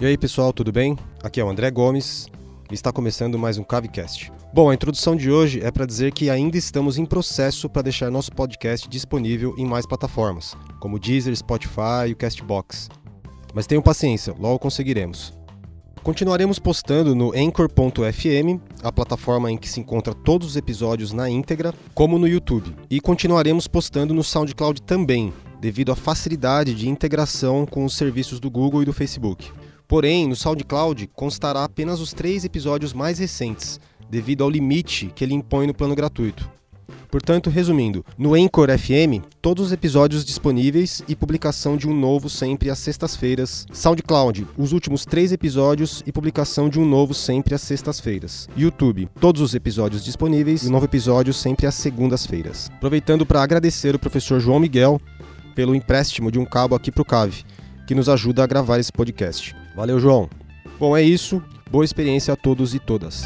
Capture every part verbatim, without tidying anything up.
E aí pessoal, tudo bem? Aqui é o André Gomes e está começando mais um CaveCast. Bom, a introdução de hoje é para dizer que ainda estamos em processo para deixar nosso podcast disponível em mais plataformas, como Deezer, Spotify e o Castbox. Mas tenham paciência, logo conseguiremos. Continuaremos postando no Anchor ponto F M, a plataforma em que se encontra todos os episódios na íntegra, como no YouTube. E continuaremos postando no SoundCloud também, devido à facilidade de integração com os serviços do Google e do Facebook. Porém, no SoundCloud constará apenas os três episódios mais recentes, devido ao limite que ele impõe no plano gratuito. Portanto, resumindo, no Anchor F M, todos os episódios disponíveis e publicação de um novo sempre às sextas-feiras. SoundCloud, os últimos três episódios e publicação de um novo sempre às sextas-feiras. YouTube, todos os episódios disponíveis e um novo episódio sempre às segundas-feiras. Aproveitando para agradecer o professor João Miguel pelo empréstimo de um cabo aqui para o Cave, que nos ajuda a gravar esse podcast. Valeu, João! Bom, é isso. Boa experiência a todos e todas.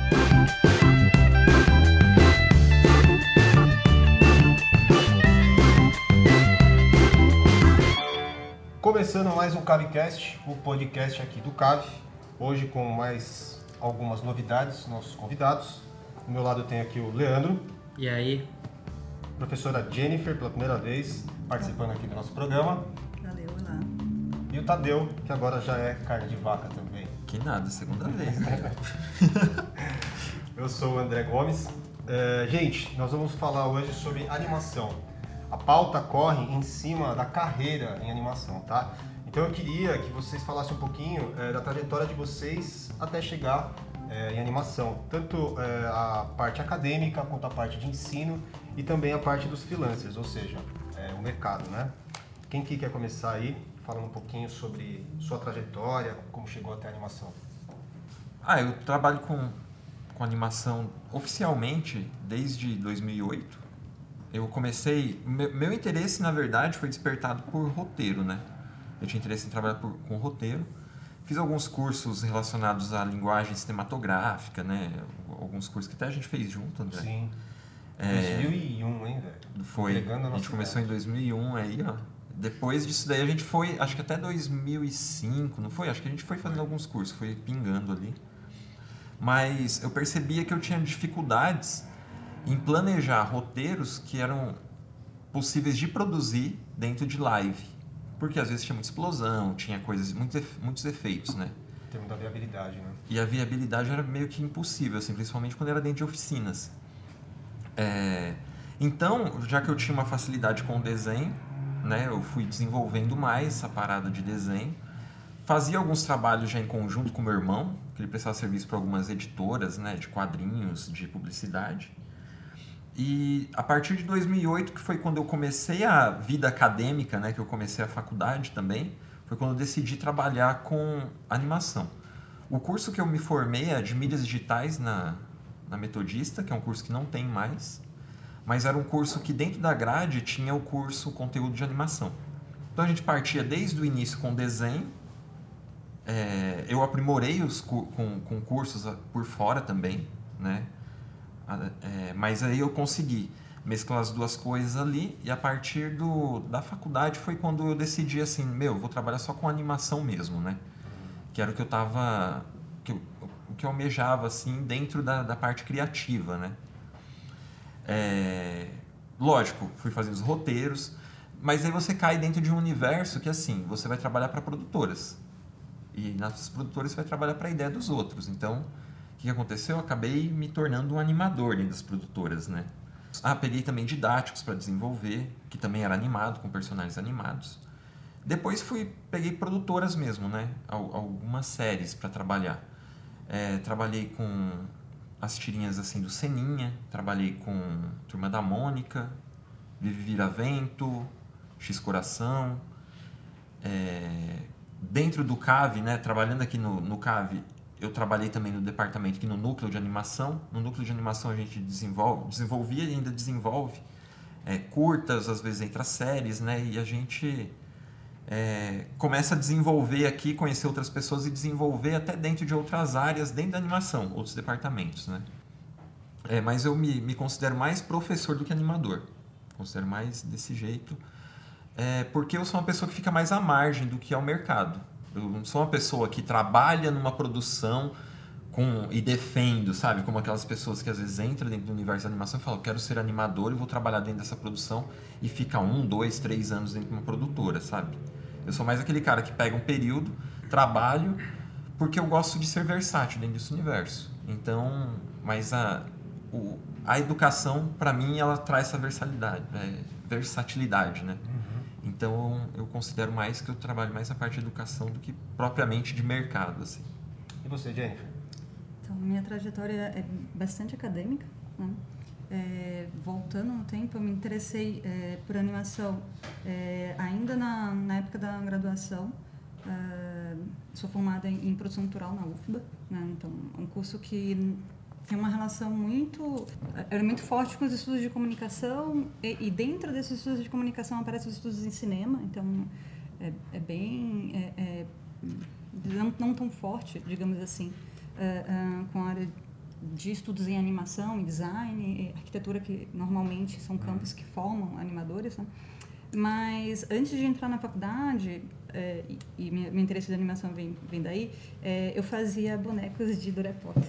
Começando mais um CaveCast, o podcast aqui do Cave. Hoje com mais algumas novidades, nossos convidados. Do meu lado eu tenho aqui o Leandro. E aí? Professora Jennifer, pela primeira vez, participando aqui do nosso programa. Valeu, olá. E o Tadeu, que agora já é carne de vaca também. Que nada, segunda vez, né? Eu sou o André Gomes. É, gente, nós vamos falar hoje sobre animação. A pauta corre em cima da carreira em animação, tá? Então eu queria que vocês falassem um pouquinho é, da trajetória de vocês até chegar é, em animação. Tanto é, a parte acadêmica quanto a parte de ensino e também a parte dos freelancers, ou seja, é, o mercado, né? Quem que quer começar aí? Falando um pouquinho sobre sua trajetória, como chegou até a animação. Ah, eu trabalho com, com animação oficialmente desde dois mil e oito. Eu comecei... Meu, meu interesse, na verdade, foi despertado por roteiro, né? Eu tinha interesse em trabalhar por, com roteiro. Fiz alguns cursos relacionados à linguagem cinematográfica, né? Alguns cursos que até a gente fez junto, André. Sim. É, dois mil e um, hein, velho? Foi. A, a gente começou em dois mil e um aí, ó. Depois disso daí a gente foi, acho que até dois mil e cinco, não foi? Acho que a gente foi fazendo alguns cursos, foi pingando ali. Mas eu percebia que eu tinha dificuldades em planejar roteiros que eram possíveis de produzir dentro de live. Porque às vezes tinha muita explosão, tinha coisas, muitos, muitos efeitos, né? Em termos da viabilidade, né? E a viabilidade era meio que impossível, assim, principalmente quando era dentro de oficinas. É... Então, já que eu tinha uma facilidade com o desenho, né, eu fui desenvolvendo mais essa parada de desenho. Fazia alguns trabalhos já em conjunto com meu irmão, que ele prestava serviço para algumas editoras, né, de quadrinhos, de publicidade. E a partir de dois mil e oito, que foi quando eu comecei a vida acadêmica, né, que eu comecei a faculdade também, foi quando eu decidi trabalhar com animação. O curso que eu me formei é de mídias digitais na, na Metodista, que é um curso que não tem mais. Mas era um curso que dentro da grade tinha o curso conteúdo de animação. Então a gente partia desde o início com desenho, é, eu aprimorei os com, com cursos por fora também, né? É, mas aí eu consegui mesclar as duas coisas ali e a partir do, da faculdade foi quando eu decidi assim, meu, vou trabalhar só com animação mesmo, né? Que era o que eu tava, que eu, o que eu almejava assim dentro da, da parte criativa, né? É, lógico, fui fazendo os roteiros, mas aí você cai dentro de um universo que assim, você vai trabalhar para produtoras e nas produtoras você vai trabalhar para a ideia dos outros. Então, o que aconteceu? Eu acabei me tornando um animador dentro das produtoras, né? Ah, peguei também didáticos para desenvolver, que também era animado, com personagens animados. Depois fui, peguei produtoras mesmo, né? Algumas séries para trabalhar. É, trabalhei com as tirinhas assim do Seninha, trabalhei com Turma da Mônica, Vive Vira-Vento, X-Coração. É, dentro do Cave, né, trabalhando aqui no, no Cave, eu trabalhei também no departamento, aqui no núcleo de animação. No núcleo de animação a gente desenvolve, desenvolvia e ainda desenvolve é, curtas, às vezes entre as séries, né, e a gente é, começa a desenvolver aqui, conhecer outras pessoas e desenvolver até dentro de outras áreas, dentro da animação, outros departamentos, né. É, mas eu me, me considero mais professor do que animador, considero mais desse jeito, é, porque eu sou uma pessoa que fica mais à margem do que ao mercado. Eu não sou uma pessoa que trabalha numa produção com, e defendo, sabe? Como aquelas pessoas que às vezes entram dentro do universo da animação e falam, quero ser animador e vou trabalhar dentro dessa produção e fica um, dois, três anos dentro de uma produtora, sabe? Eu sou mais aquele cara que pega um período, trabalho, porque eu gosto de ser versátil dentro desse universo. Então, mas a, o, a educação, para mim, ela traz essa versatilidade, é, versatilidade, né? Uhum. Então, eu considero mais que eu trabalho mais a parte de educação do que propriamente de mercado, assim. E você, Jennifer? Então, minha trajetória é bastante acadêmica, né? É, voltando no tempo, eu me interessei é, por animação é, ainda na, na época da graduação. É, sou formada em, em produção cultural na U F B A, né? Então, um curso que tem uma relação muito, era muito forte com os estudos de comunicação e, e dentro desses estudos de comunicação aparecem os estudos em cinema, então é, é bem, é, é, não, não tão forte, digamos assim, é, é, com a área de estudos em animação, em design, e arquitetura, que normalmente são campos que formam animadores, né? Mas antes de entrar na faculdade, é, e, e meu, meu interesse de animação vem, vem daí, é, eu fazia bonecos de Durepox.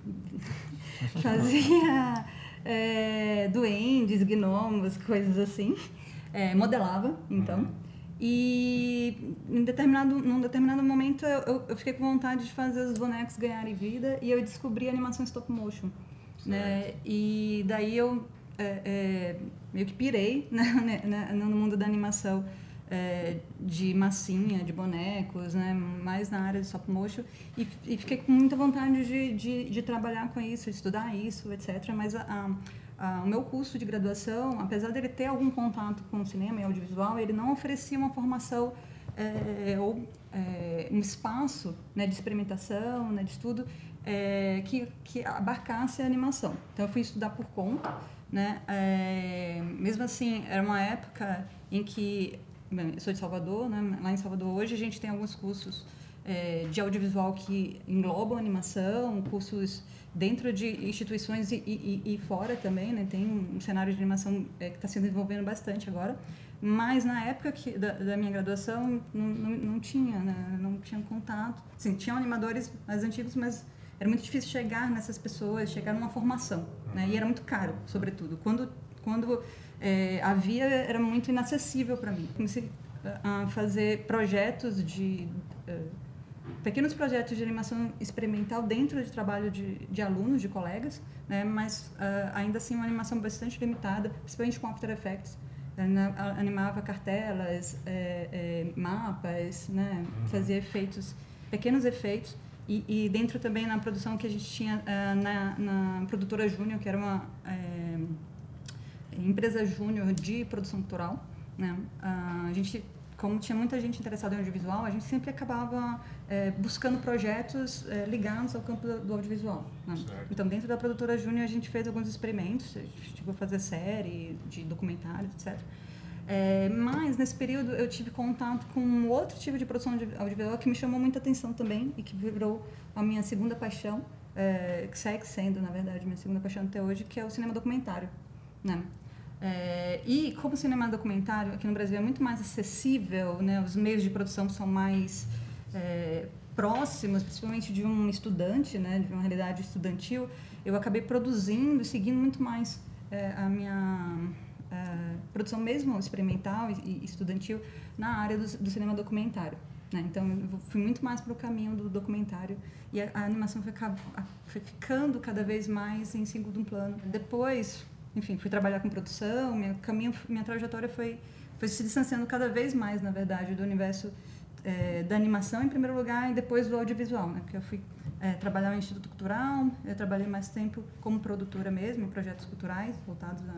Fazia é, duendes, gnomos, coisas assim. É, modelava, então. Uhum. E em determinado, num determinado momento eu, eu fiquei com vontade de fazer os bonecos ganharem vida e eu descobri a animação stop motion. Né? E daí eu é, é, meio que pirei, né, né, no mundo da animação é, de massinha, de bonecos, né, mais na área de stop motion, e, e fiquei com muita vontade de, de, de trabalhar com isso, de estudar isso, etcétera. Mas a, a, a, o meu curso de graduação, apesar dele ter algum contato com o cinema e audiovisual, ele não oferecia uma formação é, ou é, um espaço, né, de experimentação, né, de estudo é, que, que abarcasse a animação. Então eu fui estudar por conta. Né? É, mesmo assim, era uma época em que, bem, eu sou de Salvador, né? Lá em Salvador hoje a gente tem alguns cursos é, de audiovisual que englobam animação, cursos dentro de instituições e, e, e fora também, né? Tem um cenário de animação é, que está se desenvolvendo bastante agora, mas na época que, da, da minha graduação não, não, não tinha, né? Não tinha contato. Sim, tinham animadores mais antigos, mas era muito difícil chegar nessas pessoas, chegar numa formação, né? E era muito caro, sobretudo. Quando, quando é, havia, era muito inacessível para mim. Comecei a fazer projetos de... Uh, pequenos projetos de animação experimental dentro de trabalho de, de alunos, de colegas, né? Mas uh, ainda assim uma animação bastante limitada, principalmente com After Effects. Eu animava cartelas, é, é, mapas, né? Fazia efeitos, pequenos efeitos. E, e dentro também na produção que a gente tinha uh, na, na Produtora Júnior, que era uma é, empresa júnior de produção cultural, né? Uh, a gente, como tinha muita gente interessada em audiovisual, a gente sempre acabava é, buscando projetos é, ligados ao campo do, do audiovisual. Né? Então, dentro da Produtora Júnior, a gente fez alguns experimentos, a gente chegou a fazer série de documentários, etcétera. É, mas, nesse período, eu tive contato com um outro tipo de produção audiovisual que me chamou muita atenção também e que virou a minha segunda paixão, é, que segue sendo, na verdade, minha segunda paixão até hoje, que é o cinema documentário. Né? É, e, como o cinema documentário aqui no Brasil é muito mais acessível, né? Os meios de produção são mais é, próximos, principalmente de um estudante, né? De uma realidade estudantil, eu acabei produzindo e seguindo muito mais é, a minha... Uh, produção mesmo experimental e, e estudantil na área do, do cinema documentário, né? Então eu fui muito mais para o caminho do documentário e a, a animação foi, foi ficando cada vez mais em segundo plano. Depois, enfim, fui trabalhar com produção, meu caminho, minha trajetória foi, foi se distanciando cada vez mais, na verdade, do universo é, da animação em primeiro lugar e depois do audiovisual, né? Porque eu fui é, trabalhar no Instituto Cultural, eu trabalhei mais tempo como produtora mesmo, em projetos culturais voltados a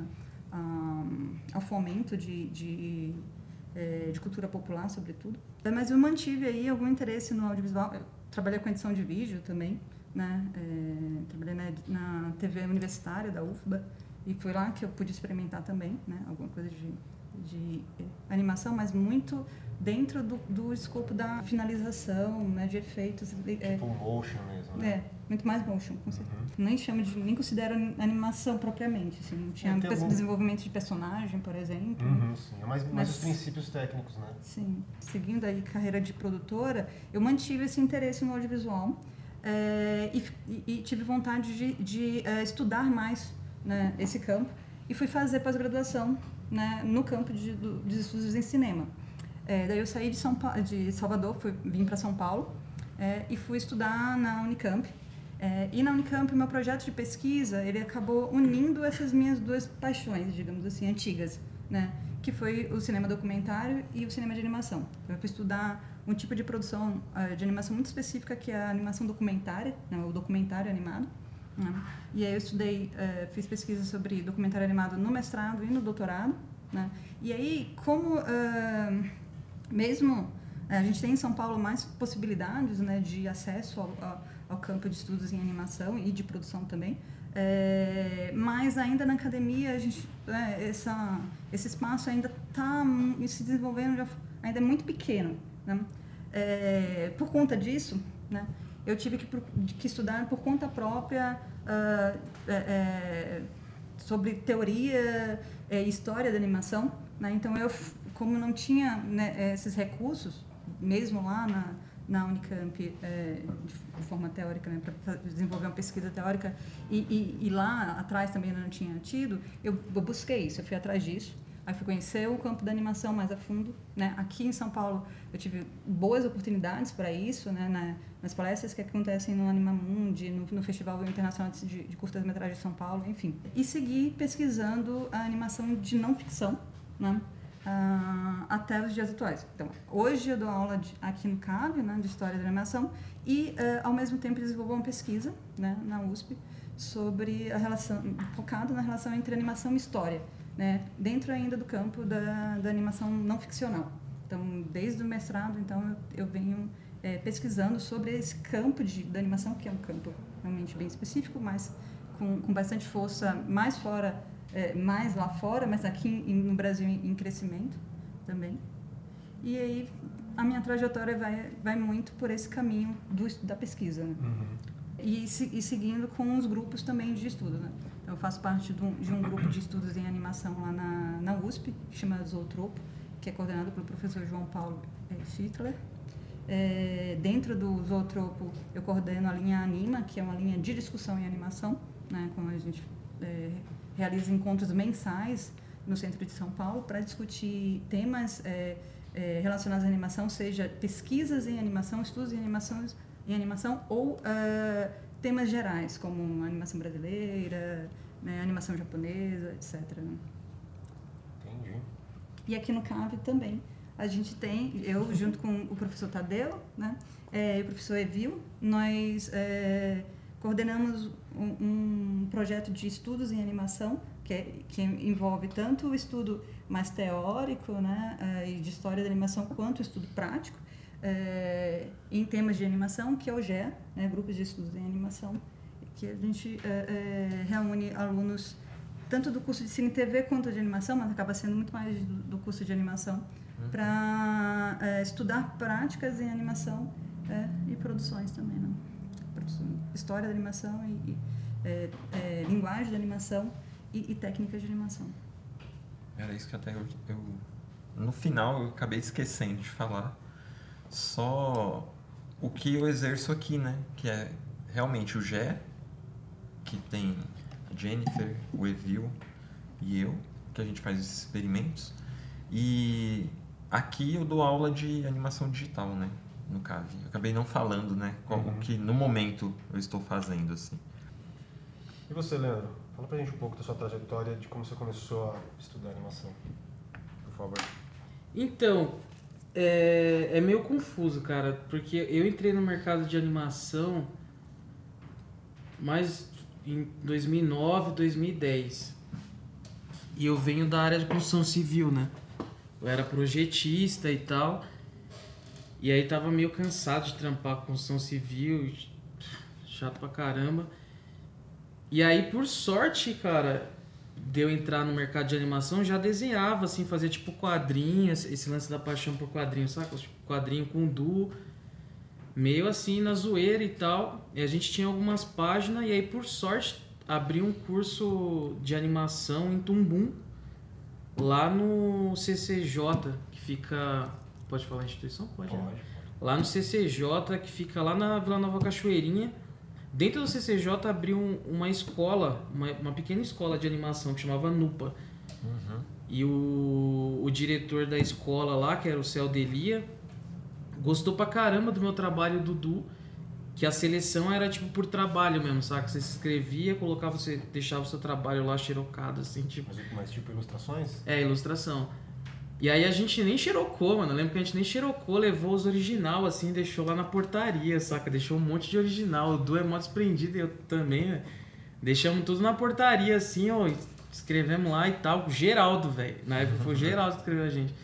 ao fomento de, de, de cultura popular, sobretudo. Mas eu mantive aí algum interesse no audiovisual. Eu trabalhei com edição de vídeo também, né? É, trabalhei na, na T V universitária da U F B A e foi lá que eu pude experimentar também, né? Alguma coisa de, de animação, mas muito dentro do, do escopo da finalização, né, de efeitos. Tipo é, motion mesmo, né? É, muito mais motion, com certeza. Uhum. Nem chamo de, nem considero animação propriamente, assim, não tinha é, algum... desenvolvimento de personagem, por exemplo. Uhum, sim, é mais, mais mas, os princípios técnicos, né? Sim, seguindo aí carreira de produtora, eu mantive esse interesse no audiovisual é, e, e, e tive vontade de, de uh, estudar mais, né, esse campo e fui fazer pós-graduação, né, no campo de, do, de estudos em cinema. É, daí eu saí de, São pa... de Salvador, fui, vim para São Paulo é, e fui estudar na Unicamp. É, e na Unicamp, o meu projeto de pesquisa, ele acabou unindo essas minhas duas paixões, digamos assim, antigas, né? Que foi o cinema documentário e o cinema de animação. Eu fui estudar um tipo de produção uh, de animação muito específica, que é a animação documentária, né? O documentário animado. Né? E aí eu estudei, uh, fiz pesquisa sobre documentário animado no mestrado e no doutorado. Né? E aí, como... Uh, Mesmo a gente tem em São Paulo mais possibilidades, né, de acesso ao, ao, ao campo de estudos em animação e de produção também, é, mas ainda na academia a gente, é, essa, esse espaço ainda está se desenvolvendo, já, ainda é muito pequeno. Né? É, por conta disso, né, eu tive que, que estudar por conta própria uh, é, é, sobre teoria e é, história da animação. Né? Então, eu, como não tinha, né, esses recursos, mesmo lá na, na Unicamp, é, de forma teórica, né, para desenvolver uma pesquisa teórica, e, e, e lá atrás também não tinha tido, eu, eu busquei isso, eu fui atrás disso. Aí fui conhecer o campo da animação mais a fundo. Né? Aqui em São Paulo eu tive boas oportunidades para isso, né? Na, nas palestras que acontecem no Animamundi, no, no Festival Internacional de, de Curtas-Metragens de São Paulo, enfim. E segui pesquisando a animação de não ficção, né? Ah, até os dias atuais. Então, hoje eu dou aula de, aqui no C A V, né, de História da Animação, e uh, ao mesmo tempo desenvolvo uma pesquisa, né, na U S P sobre a relação, focado na relação entre animação e história. Né, dentro ainda do campo da, da animação não ficcional. Então, desde o mestrado, então, eu, eu venho é, pesquisando sobre esse campo de, da animação, que é um campo realmente bem específico, mas com, com bastante força, mais fora, é, mais lá fora, mas aqui em, no Brasil em, em crescimento também. E aí, a minha trajetória vai, vai muito por esse caminho do, da pesquisa. Né? Uhum. E, e seguindo com os grupos também de estudo. Né? Eu faço parte de um, de um grupo de estudos em animação lá na, na U S P, que chama Zootropo, que é coordenado pelo professor João Paulo é, Schittler. É, dentro do Zootropo, eu coordeno a linha Anima, que é uma linha de discussão em animação, né, quando a gente é, realiza encontros mensais no centro de São Paulo para discutir temas é, é, relacionados à animação, seja pesquisas em animação, estudos em animação, em animação ou uh, temas gerais, como animação brasileira, né, animação japonesa, etcétera. Né? Entendi. E aqui no C A V também, a gente tem, eu junto com o professor Tadeu, né, é, e o professor Evil, nós é, coordenamos um, um projeto de estudos em animação, que, é, que envolve tanto o estudo mais teórico, né, é, de história da animação, quanto o estudo prático, É, em temas de animação, que é o G E A, né, Grupos de Estudos em Animação, que a gente é, é, reúne alunos tanto do curso de Cine e T V quanto de animação, mas acaba sendo muito mais do, do curso de animação, uhum. para é, estudar práticas em animação é, e produções também, né? Produção, história da animação e, e é, é, linguagem da animação e, e técnicas de animação. Era isso que até eu, eu no final eu acabei esquecendo de falar. Só o que eu exerço aqui, né? Que é realmente o G E, que tem a Jennifer, o Evil e eu, que a gente faz esses experimentos. E aqui eu dou aula de animação digital, né? No C A V. Eu acabei não falando, né? Qual, uhum. O que no momento eu estou fazendo, assim. E você, Leandro? Fala pra gente um pouco da sua trajetória, de como você começou a estudar animação, por favor. Então... É, é meio confuso, cara, porque eu entrei no mercado de animação mais em dois mil e nove, dois mil e dez. E eu venho da área de construção civil, né? Eu era projetista e tal. E aí tava meio cansado de trampar com construção civil, chato pra caramba. E aí, por sorte, cara, de eu entrar no mercado de animação, já desenhava, assim, fazia tipo quadrinhos, esse lance da paixão por quadrinhos, saca? Tipo, quadrinho com duo, meio assim na zoeira e tal. E a gente tinha algumas páginas, e aí por sorte abri um curso de animação em Tumbum, lá no C C J, que fica... Pode falar a instituição? Pode, Pode, né? pode. Lá no C C J, que fica lá na Vila Nova Cachoeirinha. Dentro do C C J abriu um, uma escola, uma, uma pequena escola de animação que chamava Nupa. Uhum. E o, o diretor da escola lá, que era o Céu Delia, gostou pra caramba do meu trabalho, Dudu, que a seleção era tipo por trabalho mesmo, saca? Você se inscrevia, colocava, você deixava o seu trabalho lá xerocado, assim, tipo... Mas, mas tipo ilustrações? É, ilustração. E aí a gente nem xerocou, mano. Eu lembro que a gente nem xerocou, levou os original, assim, deixou lá na portaria, saca? Deixou um monte de original. O Du é mó desprendido e eu também, velho. Deixamos tudo na portaria, assim, ó. Escrevemos lá e tal. Geraldo, velho. Na época foi o Geraldo que escreveu a gente.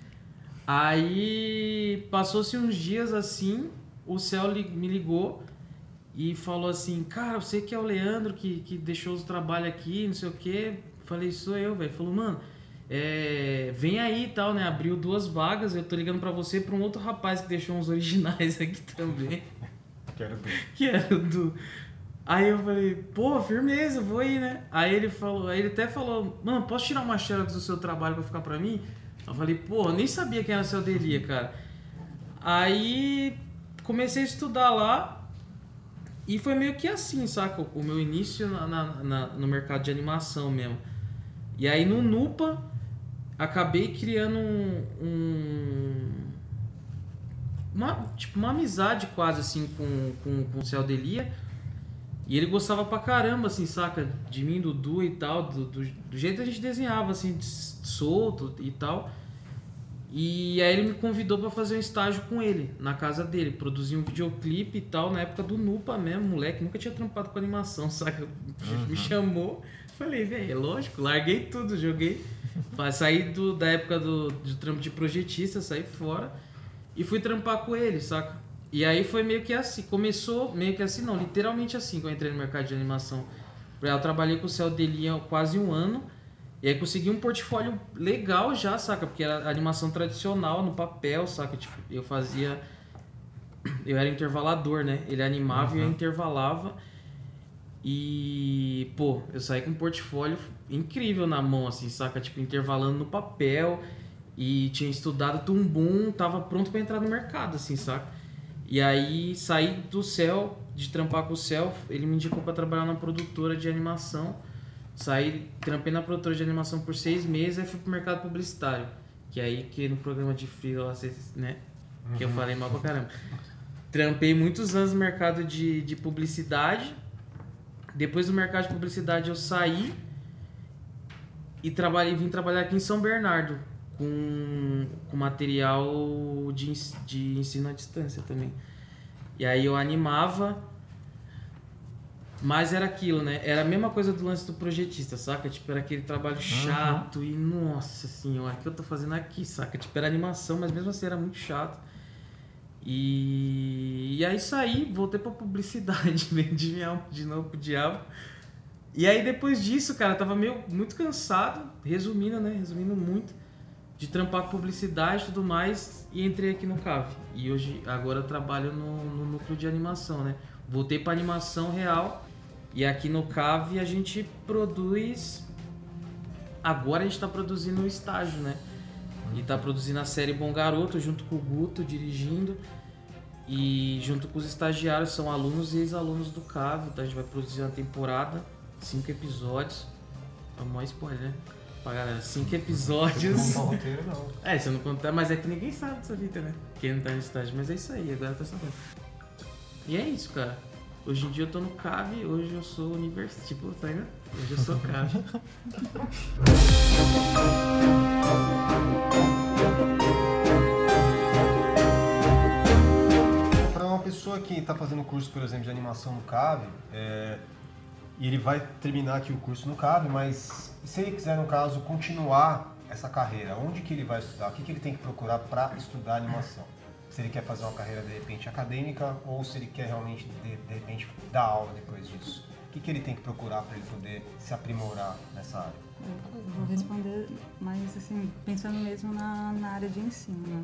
Aí passou-se uns dias assim, o Céu me ligou e falou assim: cara, você que é o Leandro que, que deixou os trabalhos aqui, não sei o quê. Falei, sou eu, velho. Falou, mano... É, vem aí e tal, né? Abriu duas vagas, eu tô ligando pra você e pra um outro rapaz que deixou uns originais aqui também. Que era o Du. Que era o Du. Aí eu falei, pô, firmeza, vou aí, né? Aí ele falou, aí ele até falou, mano, posso tirar uma xerox do seu trabalho pra ficar pra mim? Eu falei, pô, eu nem sabia quem era o Céu Delia, cara. Aí comecei a estudar lá e foi meio que assim, saca? O meu início na, na, na, no mercado de animação mesmo. E aí no Nupa acabei criando um, um uma, tipo, uma amizade quase assim com, com, com o Céu Delia. E ele gostava pra caramba, assim, saca? De mim, do Du e tal, do, do, do jeito que a gente desenhava, assim, solto e tal. E aí ele me convidou pra fazer um estágio com ele, na casa dele. Produzir um videoclipe e tal, na época do Nupa mesmo, moleque. Nunca tinha trampado com animação, saca? Uhum. Me chamou. Falei, velho, é lógico, larguei tudo, joguei. Saí do, da época do, do trampo de projetista, saí fora e fui trampar com ele, saca? E aí foi meio que assim, começou meio que assim, não, literalmente assim que eu entrei no mercado de animação. Eu trabalhei com o Céu Delia quase um ano e aí consegui um portfólio legal já, saca? Porque era animação tradicional no papel, saca? Tipo, eu fazia... Eu era intervalador, né? Ele animava uhum. e eu intervalava. E, pô, eu saí com um portfólio incrível na mão, assim, saca? Tipo, intervalando no papel. E tinha estudado Tumbum, tava pronto pra entrar no mercado, assim, saca? E aí saí do Céu, de trampar com o Céu, ele me indicou pra trabalhar na produtora de animação. Saí, trampei na produtora de animação por seis meses e fui pro mercado publicitário. Que é aí que no programa de freela, né? Uhum. Que eu falei mal pra caramba. Trampei muitos anos no mercado de, de publicidade. Depois do mercado de publicidade eu saí e trabalhei, vim trabalhar aqui em São Bernardo com, com material de, de ensino à distância também. E aí eu animava, mas era aquilo, né? Era a mesma coisa do lance do projetista, saca? Tipo, era aquele trabalho chato uhum. e nossa senhora, o que eu tô fazendo aqui, saca? Tipo, era animação, mas mesmo assim era muito chato. E, e aí saí, voltei pra publicidade, vendi minha alma de novo pro diabo. E aí depois disso, cara, tava meio, muito cansado, resumindo, né, resumindo muito, de trampar com publicidade e tudo mais, e entrei aqui no C A V. E hoje, agora eu trabalho no, no núcleo de animação, né. Voltei pra animação real, e aqui no C A V a gente produz... Agora a gente tá produzindo um estágio, né. E tá produzindo a série Bom Garoto, junto com o Guto, dirigindo. E junto com os estagiários, são alunos e ex-alunos do C A V. Então a gente vai produzir uma temporada, cinco episódios. É o maior spoiler, né? Pra galera, cinco episódios. Não roteiro, não. É, se eu não contar, mas é que ninguém sabe dessa vida, né? Quem não tá no estágio, mas é isso aí, agora tá sabendo. E é isso, cara. Hoje em dia eu tô no C A V, hoje eu sou universitário. Tipo, tá vendo? Hoje eu sou C A V. Para uma pessoa que está fazendo curso, por exemplo, de animação no C A V, é, e ele vai terminar aqui o curso no C A V, mas se ele quiser, no caso, continuar essa carreira, onde que ele vai estudar? O que, que ele tem que procurar para estudar animação? Se ele quer fazer uma carreira, de repente, acadêmica, ou se ele quer realmente, de, de repente, dar aula depois disso. O que, que ele tem que procurar para ele poder se aprimorar nessa área? Eu vou responder, mas assim, pensando mesmo na, na área de ensino, né?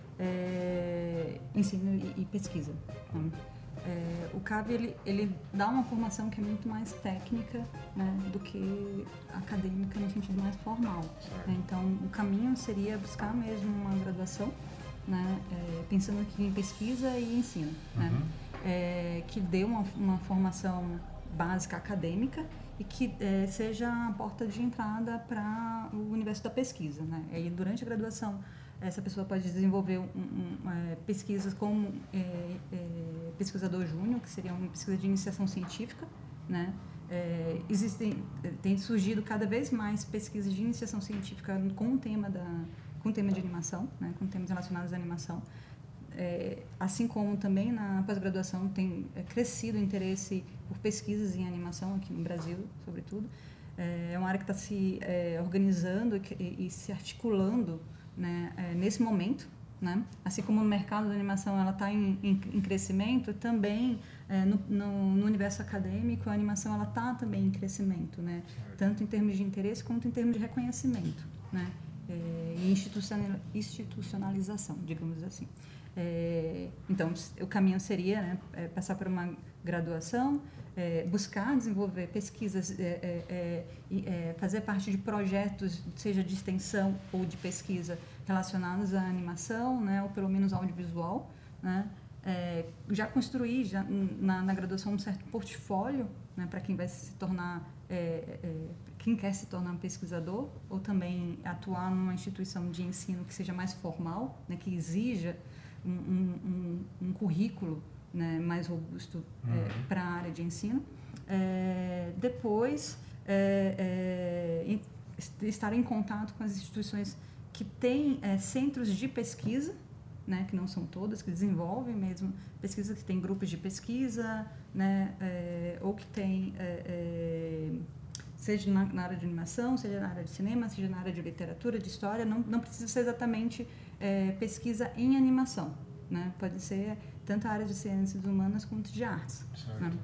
É, ensino e, e pesquisa. Né? É, o C A V ele, ele dá uma formação que é muito mais técnica, né, do que acadêmica no sentido mais formal. Né? Então, o caminho seria buscar mesmo uma graduação, né, é, pensando aqui em pesquisa e ensino, né, Uhum. é, que dê uma, uma formação básica acadêmica e que é, seja a porta de entrada para o universo da pesquisa. Né? E aí, durante a graduação, essa pessoa pode desenvolver um, um, é, pesquisas como é, é, pesquisador júnior, que seria uma pesquisa de iniciação científica, né? É, existem, tem surgido cada vez mais pesquisas de iniciação científica com o tema da, com o tema de animação, né? Com temas relacionados à animação. É, assim como também na pós-graduação tem é, crescido o interesse por pesquisas em animação aqui no Brasil, sobretudo. É uma área que está se é, organizando e, e se articulando, né, é, nesse momento, né? Assim como no mercado da animação ela está em, em, em crescimento, também é, no, no, no universo acadêmico a animação ela está também em crescimento, né? Tanto em termos de interesse quanto em termos de reconhecimento, né? É, e institucional, institucionalização, digamos assim. É, então, o caminho seria, né, é, passar por uma graduação, é, buscar desenvolver pesquisas, é, é, é, fazer parte de projetos, seja de extensão ou de pesquisa, relacionados à animação, né, ou pelo menos audiovisual, né, é, já construir já, na, na graduação um certo portfólio, né, para quem vai se tornar, é, é, quem quer se tornar um pesquisador, ou também atuar numa instituição de ensino que seja mais formal, né, que exija um, um, um, um currículo, né, mais robusto, uhum, é, para a área de ensino. É, depois, é, é, estar em contato com as instituições que têm é, centros de pesquisa, né, que não são todas, que desenvolvem mesmo pesquisa, que tem grupos de pesquisa, né, é, ou que tem, é, é, seja na, na área de animação, seja na área de cinema, seja na área de literatura, de história, não, não precisa ser exatamente é, pesquisa em animação, né, pode ser tanto a área de ciências humanas quanto de artes. Né?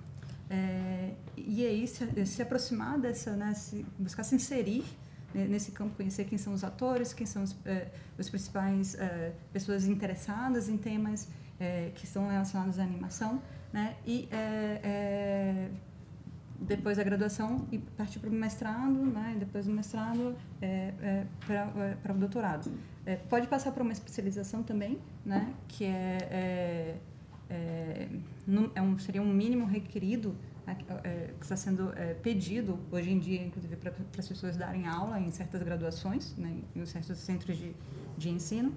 É, e aí se, se aproximar dessa, né, se, buscar se inserir nesse campo, conhecer quem são os atores, quem são os, eh, os principais eh, pessoas interessadas em temas eh, que estão relacionados à animação, né? E eh, eh, depois da graduação e partir para o mestrado, né? E depois do mestrado eh, eh, para o doutorado. Eh, pode passar por uma especialização também, né? Que é, é, é, num, é um, seria um mínimo requerido, É, que está sendo é, pedido hoje em dia, inclusive, para as pessoas darem aula em certas graduações, né, em certos centros de, de ensino.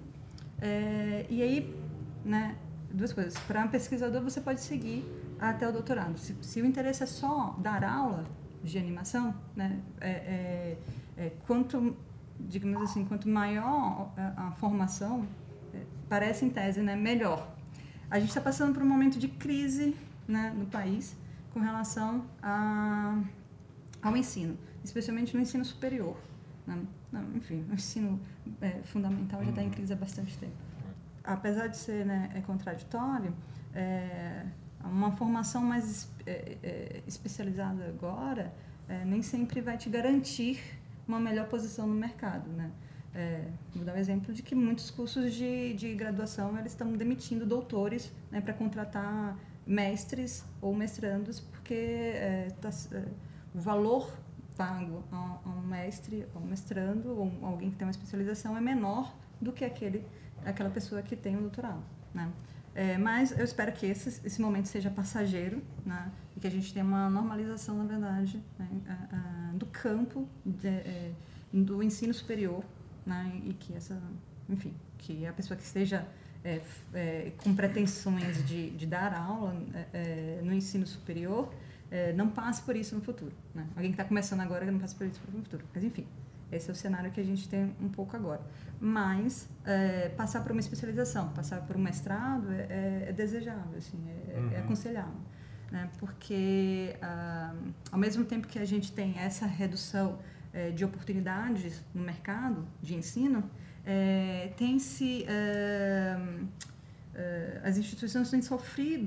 É, e aí, né, duas coisas. Para um pesquisador, você pode seguir até o doutorado. Se, se o interesse é só dar aula de animação, né, é, é, é, quanto, digamos assim, quanto maior a, a formação, é, parece em tese, né, melhor. A gente está passando por um momento de crise, né, no país, com relação a, ao ensino, especialmente no ensino superior. Né? Não, enfim, o ensino é, fundamental já está em crise há bastante tempo. Apesar de ser, né, é contraditório, é, uma formação mais é, é, especializada agora é, nem sempre vai te garantir uma melhor posição no mercado. Né? É, vou dar um exemplo de que muitos cursos de, de graduação eles estão demitindo doutores, né, para contratar mestres ou mestrandos, porque é, tá, é, o valor pago a, a um mestre, a um mestrando, ou alguém que tem uma especialização é menor do que aquele, aquela pessoa que tem um doutorado. Né? É, mas eu espero que esse, esse momento seja passageiro, né? E que a gente tenha uma normalização, na verdade, né? a, a, do campo de, é, do ensino superior, né? E que essa, enfim, que a pessoa que esteja É, é, com pretensões de, de dar aula é, no ensino superior, é, não passe por isso no futuro. Né? Alguém que está começando agora não passe por isso no futuro. Mas, enfim, esse é o cenário que a gente tem um pouco agora. Mas, é, passar por uma especialização, passar por um mestrado é, é desejável, assim, é, uhum. é aconselhável. Né? Porque, ah, ao mesmo tempo que a gente tem essa redução é, de oportunidades no mercado de ensino, É, tem se é, é, as instituições têm sofrido,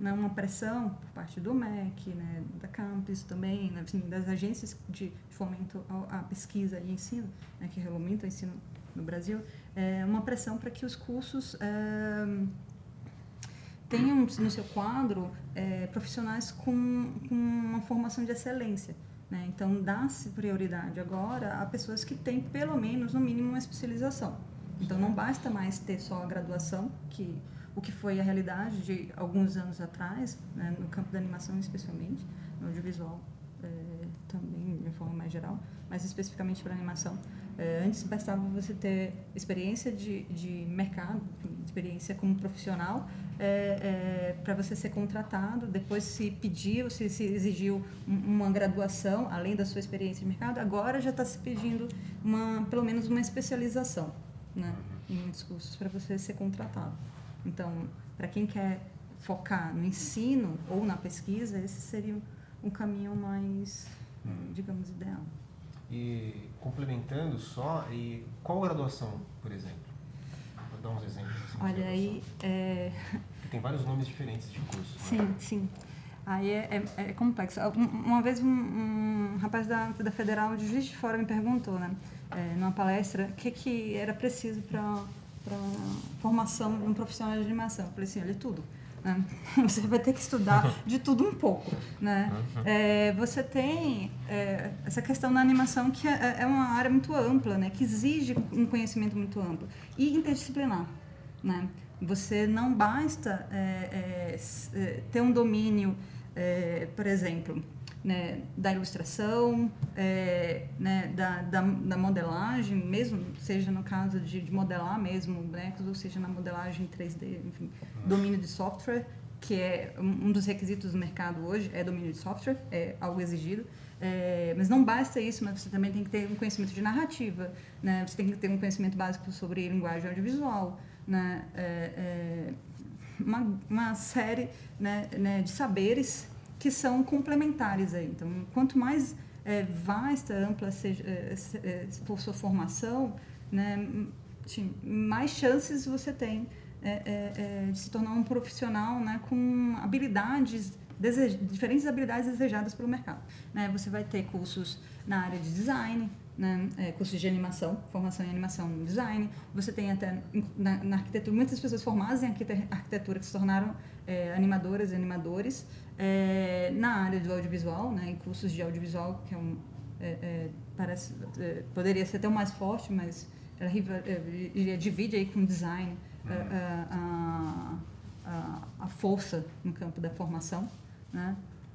né, uma pressão por parte do M E C, né, da Campus também, né, assim, das agências de fomento à pesquisa e ensino, né, que regulamentam o ensino no Brasil, é uma pressão para que os cursos é, tenham no seu quadro é, profissionais com, com uma formação de excelência. Né? Então, dá-se prioridade agora a pessoas que têm, pelo menos, no mínimo, uma especialização. Então, não basta mais ter só a graduação, que o que foi a realidade de alguns anos atrás, né, no campo da animação especialmente, no audiovisual é, também, de forma mais geral, mas especificamente para animação. É, antes bastava você ter experiência de, de mercado, experiência como profissional, é, é, para você ser contratado. Depois, se pediu, se, se exigiu uma graduação, além da sua experiência de mercado, agora já está se pedindo uma, pelo menos uma especialização, né, em muitos cursos para você ser contratado. Então, para quem quer focar no ensino ou na pesquisa, esse seria um caminho mais, hum. digamos, ideal. E complementando só, e qual graduação, por exemplo? Vou dar uns exemplos. Assim, Olha, aí... É... Tem vários nomes diferentes de cursos. Sim, né? sim. Aí é, é, é complexo. Uma vez um, um rapaz da, da Federal de Juiz de Fora me perguntou, né, é, numa palestra, o que, que era preciso para para formação de um profissional de animação. Eu falei assim, olha, tudo. Né? Você vai ter que estudar de tudo um pouco. Né? É, você tem é, essa questão da animação que é, é uma área muito ampla, né? Que exige um conhecimento muito amplo e interdisciplinar. Né? Você não basta é, é, ter um domínio, é, por exemplo, né, da ilustração, é, né, da, da, da modelagem, mesmo seja no caso de, de modelar mesmo bonecos, ou seja na modelagem três D, enfim, domínio de software, que é um dos requisitos do mercado hoje, é domínio de software, é algo exigido, é, mas não basta isso, mas você também tem que ter um conhecimento de narrativa, né, você tem que ter um conhecimento básico sobre linguagem audiovisual, né, é, é, uma, uma série, né, né, de saberes que são complementares aí. Então, quanto mais é, vasta, ampla seja, é, é, for sua formação, né, assim, mais chances você tem é, é, é, de se tornar um profissional, né, com habilidades, desej- diferentes habilidades desejadas pelo mercado. Né? Você vai ter cursos na área de design, né, é, cursos de animação, formação em animação no design. Você tem até na, na arquitetura, muitas pessoas formadas em arquitetura que se tornaram é, animadoras e animadores. É, na área do audiovisual, né, em cursos de audiovisual, que é um, é, é, parece, é, poderia ser até o mais forte, mas ela, ela divide aí com design uhum. a, a, a, a força no campo da formação. Né?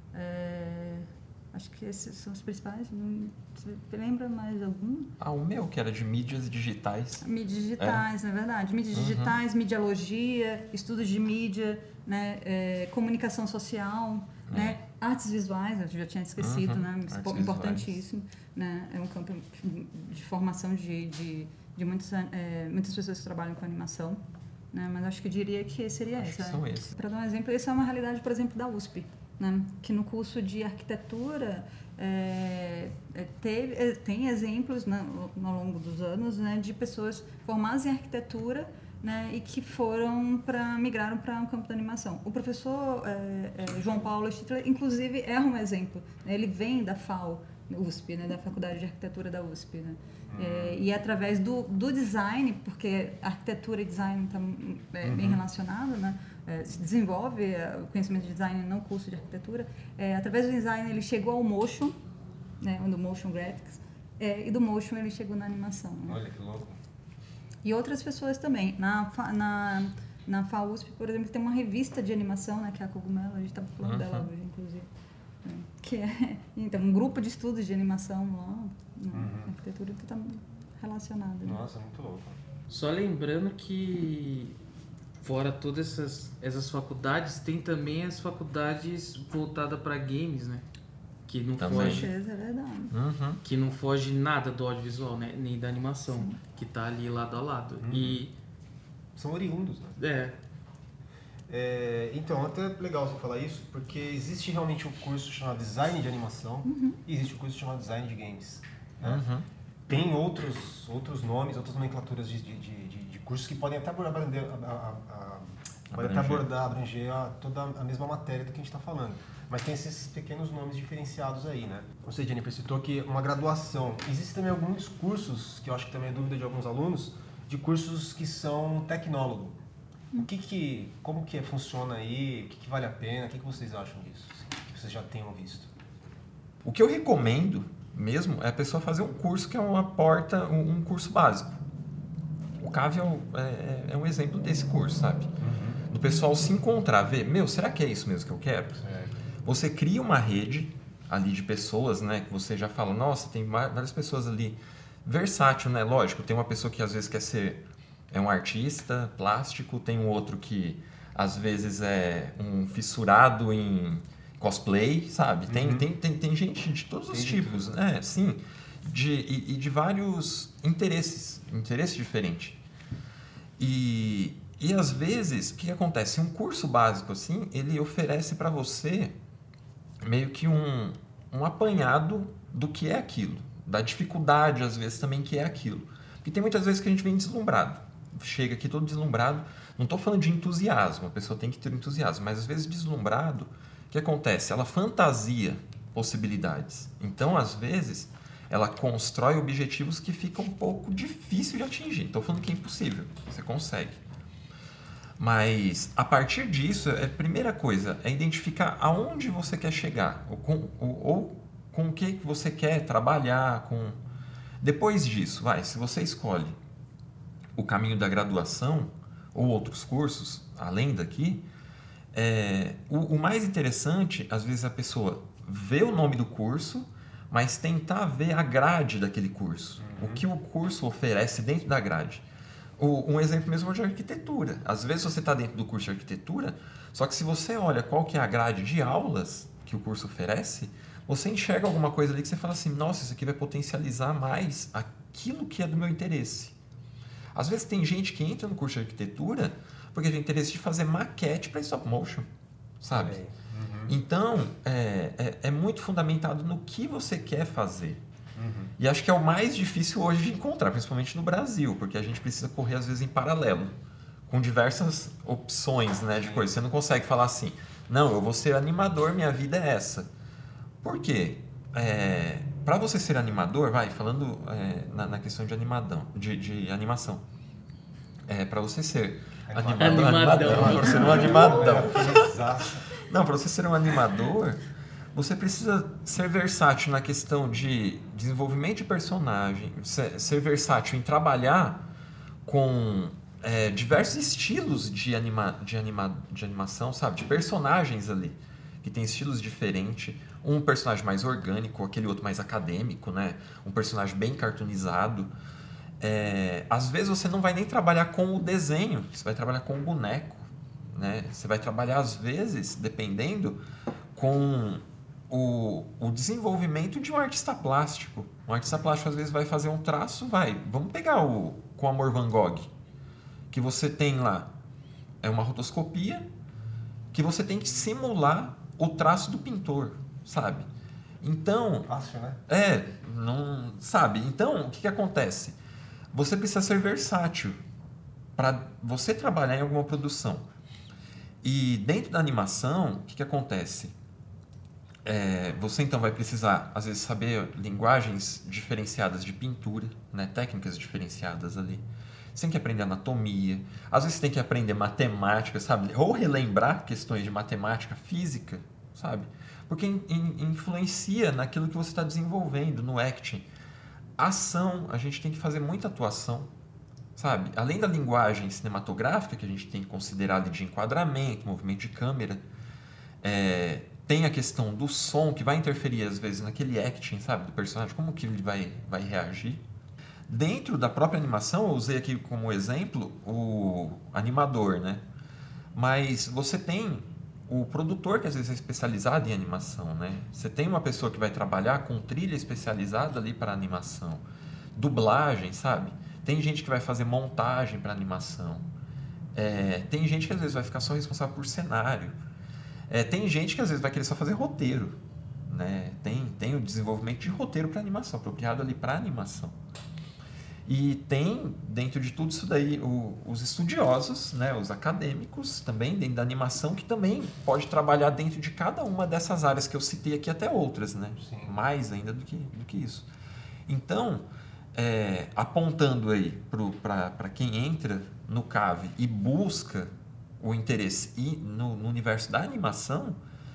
É, acho que esses são os principais. Você lembra mais algum? Ah, o meu, que era de mídias digitais. Mídias digitais, é. na verdade. Mídias uhum. digitais, mediologia, estudos de mídia, né, é, comunicação social, é. né, artes visuais, eu já tinha esquecido, uhum. né, artes importantíssimo. Né, é um campo de formação de, de, de muitas, é, muitas pessoas que trabalham com animação. Né, mas acho que eu diria que seria acho essa. Que são esses. Para dar um exemplo, essa é uma realidade, por exemplo, da U S P. Né, que no curso de arquitetura é, teve, é, tem exemplos, né, ao longo dos anos, né, de pessoas formadas em arquitetura, né, e que foram para migraram para um campo da animação. O professor é, é, João Paulo Schittler, inclusive, é um exemplo. Né, ele vem da F A U, U S P, né, da Faculdade de Arquitetura da U S P. Né, hum. é, e através do, do design, porque arquitetura e design estão é, bem uhum. relacionados, né, é, se desenvolve é, o conhecimento de design no curso de arquitetura. É, através do design ele chegou ao motion, né, do motion graphics, é, e do motion ele chegou na animação. Né? Olha que louco. E outras pessoas também. Na, na, na F A U S P, por exemplo, tem uma revista de animação, né, que é a Cogumelo, a gente estava falando uhum. dela hoje, inclusive. Né, que é então, um grupo de estudos de animação lá, na uhum. arquitetura que está relacionado. Né? Nossa, muito louco. Só lembrando que, fora todas essas, essas faculdades, tem também as faculdades voltadas para games, né? Que não Com foge, certeza, é verdade. Uhum. Que não foge nada do audiovisual, né? Nem da animação, Sim. que tá ali lado a lado. Uhum. E são oriundos, né? É. é. Então, até legal você falar isso, porque existe realmente um curso chamado Design de Animação uhum. e existe um curso chamado Design de Games. Né? Uhum. Tem outros, outros nomes, outras nomenclaturas de, de, de, de cursos que podem até abranger a, a, a, pode até abordar, abranger a, toda a mesma matéria do que a gente está falando. Mas tem esses pequenos nomes diferenciados aí, né? Você, Jennifer, citou que uma graduação. Existem também alguns cursos, que eu acho que também é dúvida de alguns alunos, de cursos que são tecnólogo. O que que, como que funciona aí? O que, que vale a pena? O que, que vocês acham disso? Que vocês já tenham visto? O que eu recomendo mesmo é a pessoa fazer um curso que é uma porta, um, um curso básico. O C A V é um, é, é um exemplo desse curso, sabe? Uhum. Do pessoal se encontrar, ver, meu, será que é isso mesmo que eu quero? Certo. Você cria uma rede ali de pessoas, né? Que você já fala, nossa, tem várias pessoas ali. Versátil, né? Lógico, tem uma pessoa que às vezes quer ser é um artista plástico, tem um outro que às vezes é um fissurado em cosplay, sabe? Tem, uhum. tem, tem, tem gente de todos os tem tipos, né? Sim, de, e, e de vários interesses, interesses diferentes. E, e às vezes, o que acontece? Um curso básico assim, ele oferece para você meio que um, um apanhado do que é aquilo, da dificuldade às vezes também que é aquilo. Porque tem muitas vezes que a gente vem deslumbrado, chega aqui todo deslumbrado, não estou falando de entusiasmo, a pessoa tem que ter entusiasmo, mas às vezes deslumbrado, o que acontece? Ela fantasia possibilidades. Então, às vezes, ela constrói objetivos que ficam um pouco difícil de atingir. Estou falando que é impossível, você consegue. Mas, a partir disso, a primeira coisa é identificar aonde você quer chegar, ou com, ou, ou com o que você quer trabalhar. Com... Depois disso, vai, se você escolhe o caminho da graduação ou outros cursos, além daqui, é, o, o mais interessante, às vezes, a pessoa vê o nome do curso, mas tentar ver a grade daquele curso, uhum. o que o curso oferece dentro da grade. O, um exemplo mesmo é de arquitetura. Às vezes você está dentro do curso de arquitetura, só que se você olha qual que é a grade de aulas que o curso oferece, você enxerga alguma coisa ali que você fala assim, nossa, isso aqui vai potencializar mais aquilo que é do meu interesse. Às vezes tem gente que entra no curso de arquitetura porque tem interesse de fazer maquete para stop motion, sabe? Uhum. Então, é, é, é muito fundamentado no que você quer fazer. Uhum. E acho que é o mais difícil hoje de encontrar, principalmente no Brasil, porque a gente precisa correr, às vezes, em paralelo, com diversas opções, né, de coisas. Você não consegue falar assim, não, eu vou ser animador, minha vida é essa. Por quê? É, para você ser animador, vai, falando é, na, na questão de, animadão, de, de animação, é, para você ser animador, animadão, animadão, para ser um animadão. Não, para você ser um animador, você precisa ser versátil na questão de desenvolvimento de personagem, ser, ser versátil em trabalhar com é, diversos estilos de, anima, de, anima, de animação, sabe? De personagens ali, que tem estilos diferentes. Um personagem mais orgânico, aquele outro mais acadêmico, né? Um personagem bem cartoonizado. É, às vezes você não vai nem trabalhar com o desenho, você vai trabalhar com o boneco, né? Você vai trabalhar, às vezes, dependendo, com o, o desenvolvimento de um artista plástico. Um artista plástico, às vezes, vai fazer um traço, vai... Vamos pegar o Com Amor Van Gogh, que você tem lá, é uma rotoscopia, que você tem que simular o traço do pintor, sabe? Então... Fácil, né? É, não... Sabe? Então, o que que acontece? Você precisa ser versátil para você trabalhar em alguma produção. E dentro da animação, o que que acontece? É, você então vai precisar, às vezes, saber linguagens diferenciadas de pintura, né? Técnicas diferenciadas ali. Você tem que aprender anatomia, às vezes você tem que aprender matemática, sabe? Ou relembrar questões de matemática, física, sabe? Porque in, in, influencia naquilo que você está desenvolvendo, no acting. Ação, a gente tem que fazer muita atuação, sabe? Além da linguagem cinematográfica, que a gente tem que considerar ali de enquadramento, movimento de câmera, é, tem a questão do som, que vai interferir, às vezes, naquele acting, sabe? Do personagem, como que ele vai, vai reagir. Dentro da própria animação, eu usei aqui como exemplo o animador, né? Mas você tem o produtor, que às vezes é especializado em animação, né? Você tem uma pessoa que vai trabalhar com trilha especializada ali para animação. Dublagem, sabe? Tem gente que vai fazer montagem para animação. É, tem gente que às vezes vai ficar só responsável por cenário. É, tem gente que às vezes vai querer só fazer roteiro, né? Tem, tem o desenvolvimento de roteiro para animação, apropriado ali para animação. E tem, dentro de tudo isso daí, o, os estudiosos, né, os acadêmicos também, dentro da animação, que também pode trabalhar dentro de cada uma dessas áreas que eu citei aqui, até outras, né? Sim. Mais ainda do que, do que isso. Então, é, apontando aí para quem entra no C A V e busca o interesse e no, no universo da animação,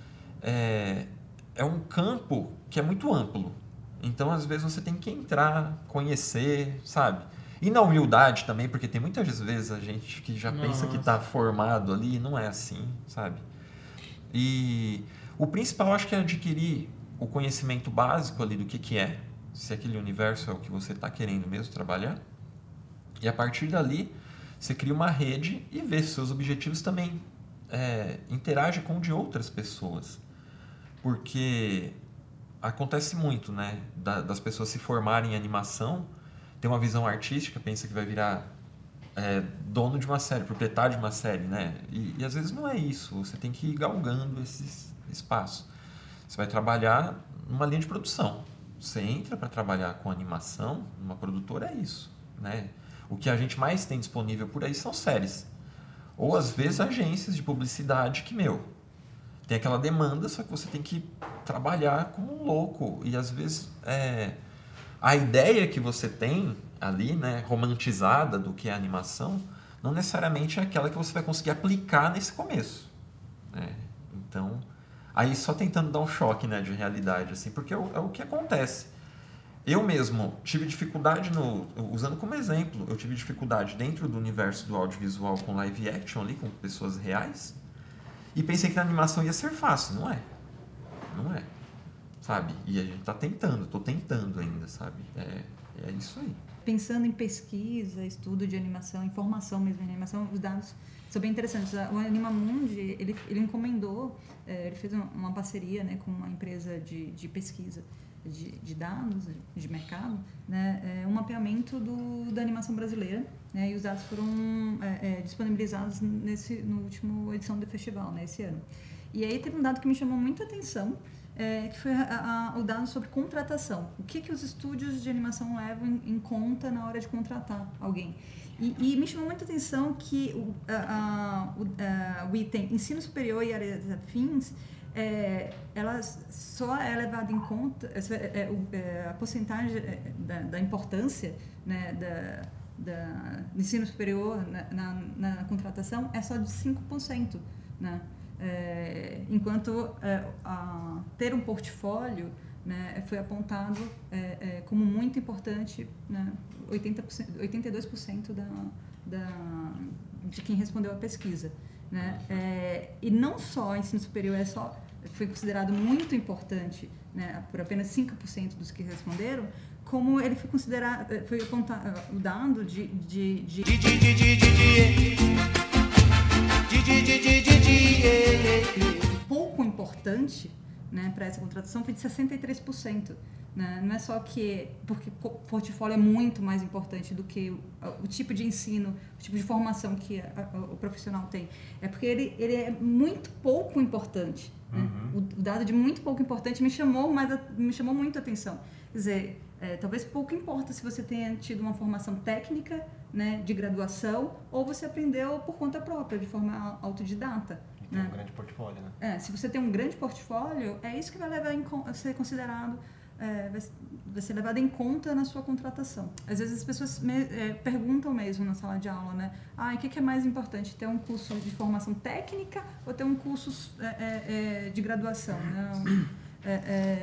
é, é um campo que é muito amplo. Então, às vezes, você tem que entrar, conhecer, sabe? E na humildade também, porque tem muitas vezes a gente que já Nossa. pensa que está formado ali, e não é assim, sabe? E o principal, acho que é adquirir o conhecimento básico ali do que, que é, se aquele universo é o que você está querendo mesmo trabalhar. E a partir dali, você cria uma rede e vê se seus objetivos também é, interagem com o de outras pessoas. Porque acontece muito, né? Da, das pessoas se formarem em animação, ter uma visão artística, pensa que vai virar é, dono de uma série, proprietário de uma série, né? E, e às vezes não é isso. Você tem que ir galgando esses espaços. Você vai trabalhar numa linha de produção. Você entra para trabalhar com animação, numa produtora, é isso, né? O que a gente mais tem disponível por aí são séries. Ou às vezes agências de publicidade que, meu, tem aquela demanda, só que você tem que trabalhar como um louco. E às vezes é, a ideia que você tem ali, né, romantizada do que é animação, não necessariamente é aquela que você vai conseguir aplicar nesse começo. Né? Então, aí só tentando dar um choque, né, de realidade, assim, porque é o, é o que acontece. Eu mesmo tive dificuldade, no, usando como exemplo, eu tive dificuldade dentro do universo do audiovisual com live action ali, com pessoas reais, e pensei que a animação ia ser fácil. Não é. Não é. Sabe? E a gente tá tentando, tô tentando ainda, sabe? É, é isso aí. Pensando em pesquisa, estudo de animação, informação mesmo de animação, os dados são bem interessantes. O Animamundi, ele, ele encomendou, é, ele fez uma parceria, né, com uma empresa de, de pesquisa de, de dados, de mercado, né, é, um mapeamento do, da animação brasileira, né, e os dados foram é, é, disponibilizados nesse, no último edição do festival, né, esse ano. E aí teve um dado que me chamou muita atenção, é, que foi a, a, o dado sobre contratação. O que, que os estúdios de animação levam em, em conta na hora de contratar alguém. E, e me chamou muita atenção que o, a, a, o, a, o item ensino superior e áreas afins, é, ela só é levada em conta, é, é, a porcentagem da, da importância, né, da, da, do ensino superior na, na, na contratação é só de cinco por cento, né? É, enquanto é, a, ter um portfólio, né, foi apontado é, é, como muito importante, né, oitenta por cento, oitenta e dois por cento da, da, de quem respondeu à pesquisa. Né? É, e não só ensino superior é só, foi considerado muito importante, né, por apenas cinco por cento dos que responderam, como ele foi considerado, foi apontado o dado de... de, de... pouco importante, né, para essa contratação foi de sessenta e três por cento. Né? Não é só que porque o portfólio é muito mais importante do que o, o tipo de ensino, o tipo de formação que a, a, o profissional tem. É porque ele, ele é muito pouco importante. Né? Uhum. O, o dado de muito pouco importante me chamou, mas me chamou muito a atenção. Quer dizer, é, talvez pouco importa se você tenha tido uma formação técnica, né, de graduação, ou você aprendeu por conta própria, de forma autodidata. E tem, né, um grande portfólio, né? É, se você tem um grande portfólio, é isso que vai levar em, a ser considerado, é, vai, vai ser levado em conta na sua contratação. Às vezes as pessoas me, é, perguntam mesmo na sala de aula, né? Ah, e o que, que é mais importante, ter um curso de formação técnica ou ter um curso é, é, de graduação? Né? É,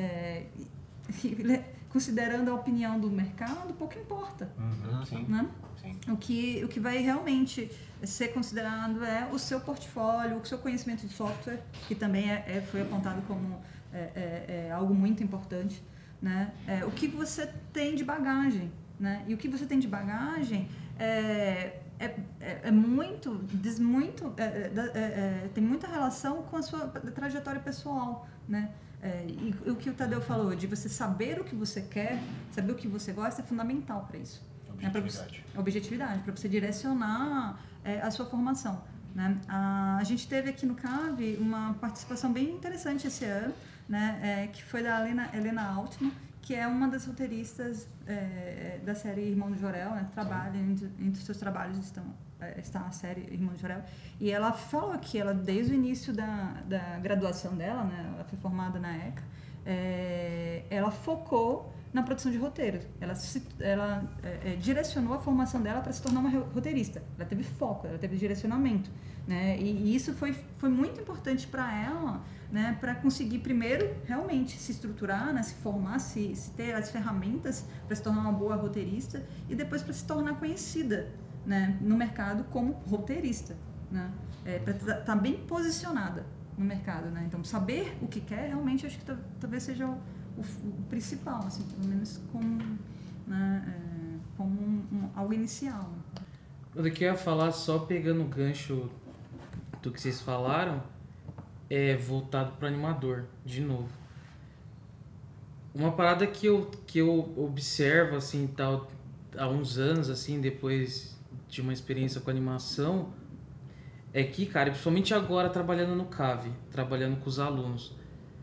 é, considerando a opinião do mercado, pouco importa. Uhum, sim. Né? Sim. O que, o que vai realmente ser considerado é o seu portfólio, o seu conhecimento de software, que também é, é, foi apontado como é, é, é algo muito importante. Né? É, o que você tem de bagagem. Né? E o que você tem de bagagem é, é, é muito, diz muito é, é, é, tem muita relação com a sua trajetória pessoal. Né? É, e o que o Tadeu falou, de você saber o que você quer, saber o que você gosta, é fundamental para isso. Objetividade. Né? Objetividade, para você direcionar é, a sua formação. Né? A, a gente teve aqui no C A V uma participação bem interessante esse ano, né? É, que foi da Helena, Helena Altman, que é uma das roteiristas é, da série Irmão do Jorel, né? Trabalha, entre, entre os seus trabalhos estão, é, está a série Irmão do Jorel. E ela falou que ela, desde o início da, da graduação dela, né? Ela foi formada na ECA, é, ela focou na produção de roteiros. Ela, se, ela é, direcionou a formação dela para se tornar uma roteirista. Ela teve foco, ela teve direcionamento, né? E, e isso foi, foi muito importante para ela, né? Para conseguir primeiro realmente se estruturar, né? Se formar, se, se ter as ferramentas para se tornar uma boa roteirista e depois para se tornar conhecida, né? No mercado como roteirista, né? É, para estar tá bem posicionada no mercado, né? Então, saber o que quer, realmente, acho que talvez seja o O, o principal, assim, pelo menos como, né, é, como um, um, algo inicial. O que eu ia falar, só pegando o gancho do que vocês falaram, é voltado para animador, de novo. Uma parada que eu, que eu observo, assim, tal, há uns anos, assim, depois de uma experiência com animação, é que, cara, principalmente agora trabalhando no C A V, trabalhando com os alunos,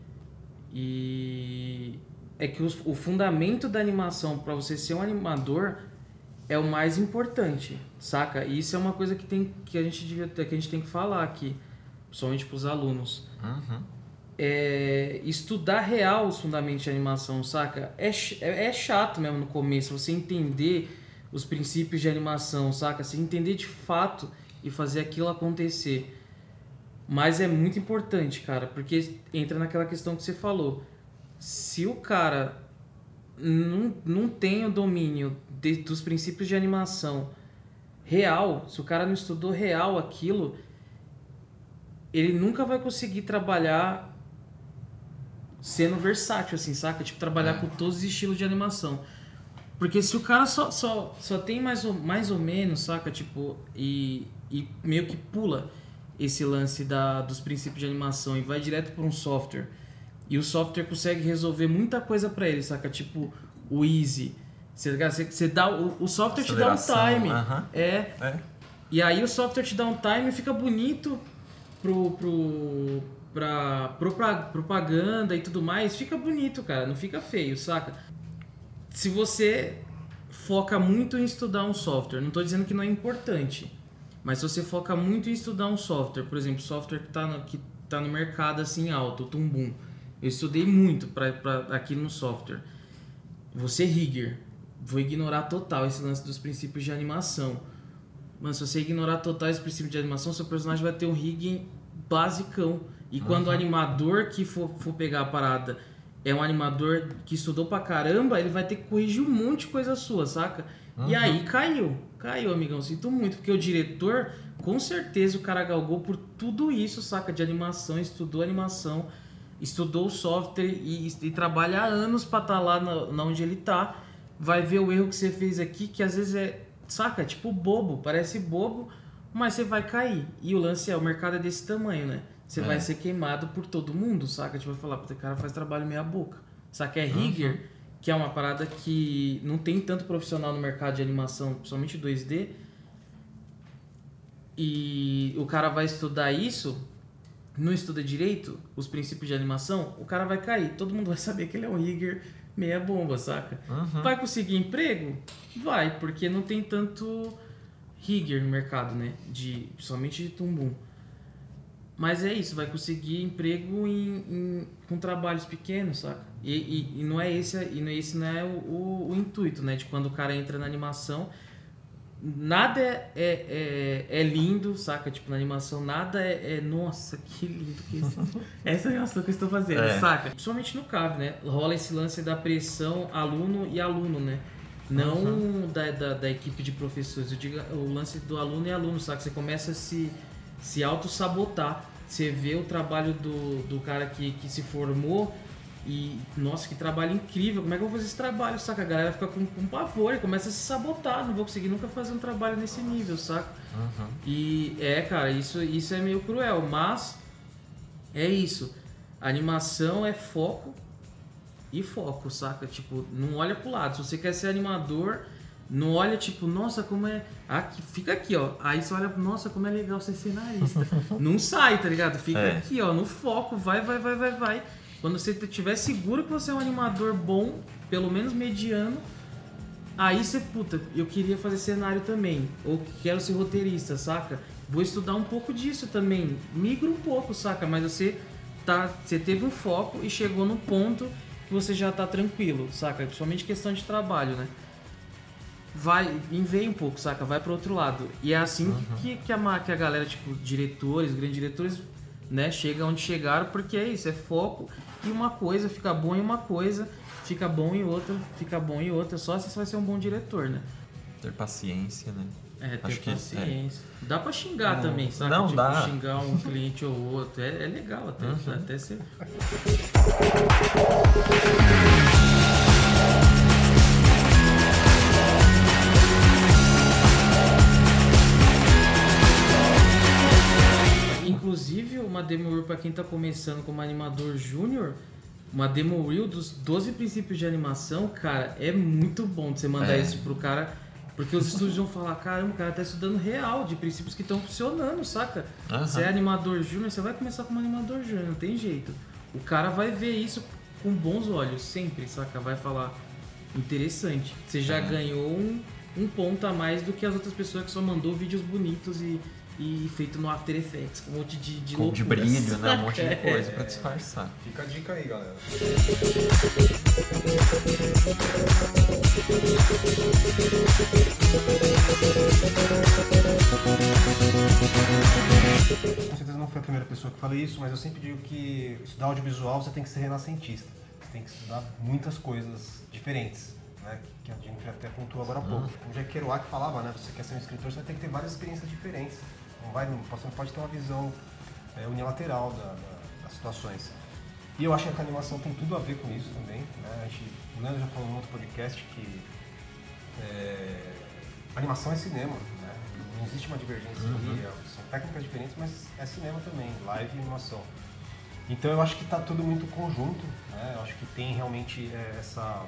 e é que o, o fundamento da animação para você ser um animador é o mais importante, saca? E isso é uma coisa que, tem, que, a, gente devia, que a gente tem que falar aqui, principalmente para os alunos. Uhum. É, estudar real os fundamentos de animação, saca? É, é, é chato mesmo no começo você entender os princípios de animação, saca? Você entender de fato e fazer aquilo acontecer. Mas é muito importante, cara, porque entra naquela questão que você falou. Se o cara não, não tem o domínio de, dos princípios de animação real, se o cara não estudou real aquilo, ele nunca vai conseguir trabalhar sendo versátil, assim, saca? Tipo, trabalhar é. com todos os estilos de animação. Porque se o cara só, só, só tem mais ou, mais ou menos, saca? Tipo, e, e meio que pula esse lance da, dos princípios de animação e vai direto para um software, e o software consegue resolver muita coisa para ele, saca? Tipo o Easy, você, você dá, o, o software te dá um time, uh-huh. é, é, e aí o software te dá um time e fica bonito pro, pro, pra, pro, pra propaganda e tudo mais, fica bonito, cara, não fica feio, saca? Se você foca muito em estudar um software, não tô dizendo que não é importante, mas se você foca muito em estudar um software, por exemplo, software que está no, que tá no mercado assim alto, o Tumbum, eu estudei muito pra, pra, aqui no software. Você rigger, vou ignorar total esse lance dos princípios de animação. Mas se você ignorar total esse princípio de animação, seu personagem vai ter um rigging basicão. E uhum. quando o animador que for, for pegar a parada é um animador que estudou pra caramba, ele vai ter que corrigir um monte de coisa sua, saca? Uhum. E aí caiu, caiu, amigão, sinto muito, porque o diretor, com certeza o cara galgou por tudo isso, saca, de animação, estudou animação, estudou o software e, e trabalha há anos pra estar tá lá na, na onde ele tá, vai ver o erro que você fez aqui, que às vezes é, saca, tipo bobo, parece bobo, mas você vai cair, e o lance é, o mercado é desse tamanho, né, você é. vai ser queimado por todo mundo, saca, tipo, vai falar, puta, o cara faz trabalho meia boca, saca, é rigger, uhum. que é uma parada que não tem tanto profissional no mercado de animação, principalmente dois D, e o cara vai estudar isso, não estuda direito os princípios de animação, o cara vai cair, todo mundo vai saber que ele é um rigger meia bomba, saca? Uhum. Vai conseguir emprego? Vai, porque não tem tanto rigger no mercado, né? De, principalmente de Tumbum. Mas é isso, vai conseguir emprego em, em, com trabalhos pequenos, saca? E, e, e não é esse, e não é esse não é o, o, o intuito, né? De quando o cara entra na animação, nada é, é, é, é lindo, saca? Tipo, na animação, nada é... é nossa, que lindo que isso. Essa é a animação que eu estou fazendo, é. saca? Principalmente no C A V, né? Rola esse lance da pressão aluno e aluno, né? Não uhum. da, da, da equipe de professores. Eu digo o lance do aluno e aluno, saca? Você começa a se... se auto-sabotar. Você vê o trabalho do, do cara que, que se formou e, nossa, que trabalho incrível, como é que eu vou fazer esse trabalho, saca? A galera fica com, com pavor e começa a se sabotar, não vou conseguir nunca fazer um trabalho nesse nível, saca? Uhum. E é, cara, isso, isso é meio cruel, mas é isso. A animação é foco e foco, saca? Tipo, não olha pro lado. Se você quer ser animador... Não olha tipo, nossa, como é... Aqui, fica aqui, ó. Aí você olha, nossa, como é legal ser cenarista. Não sai, tá ligado? Fica é. aqui, ó, no foco. Vai, vai, vai, vai, vai. Quando você estiver seguro que você é um animador bom, pelo menos mediano, aí você, puta, eu queria fazer cenário também, ou quero ser roteirista, saca? Vou estudar um pouco disso também, migra um pouco, saca? Mas você, tá, você teve um foco e chegou no ponto que você já tá tranquilo, saca? Principalmente questão de trabalho, né? Vai, enveia um pouco, saca? Vai pro outro lado. E é assim uhum. que, que, a, que a galera, tipo, diretores, grandes diretores, né, chega onde chegaram, porque é isso, é foco e uma coisa fica bom em uma coisa, fica bom em outra, fica bom em outra, só se você vai ser um bom diretor, né? Ter paciência, né? É, ter Acho paciência. É. Dá pra xingar não, também, sabe? Não, tipo, dá. xingar um cliente ou outro, é, é legal até, uhum. até ser... Inclusive, uma demo reel para quem tá começando como animador júnior, uma demo reel dos doze princípios de animação, cara, é muito bom de você mandar é. isso pro cara, porque os estúdios vão falar, caramba, o cara tá estudando real, de princípios que estão funcionando, saca? Uhum. Você é animador júnior, você vai começar como animador júnior, não tem jeito. O cara vai ver isso com bons olhos, sempre, saca? Vai falar, interessante. Você já é. ganhou um, um ponto a mais do que as outras pessoas que só mandou vídeos bonitos e E feito no After Effects, com um monte de, de com de brilho, né? Um monte de coisa é, pra disfarçar. Fica a dica aí, galera. Com certeza não foi a primeira pessoa que falei isso, mas eu sempre digo que estudar audiovisual você tem que ser renascentista. Você tem que estudar muitas coisas diferentes, né? Que a Jennifer até pontuou agora há pouco. Uhum. Como o Jack Kerouac falava, né? Você quer ser um escritor, você vai ter que ter várias experiências diferentes. Não vai, você não pode ter uma visão é, unilateral da, da, das situações. E eu acho que a animação tem tudo a ver com isso também, né? A gente, o Leandro já falou em outro podcast que é, animação é cinema, né? Não existe uma divergência uhum. ali, são técnicas diferentes, mas é cinema também, live e animação. Então eu acho que está tudo muito conjunto, né? Eu acho que tem realmente é, essa...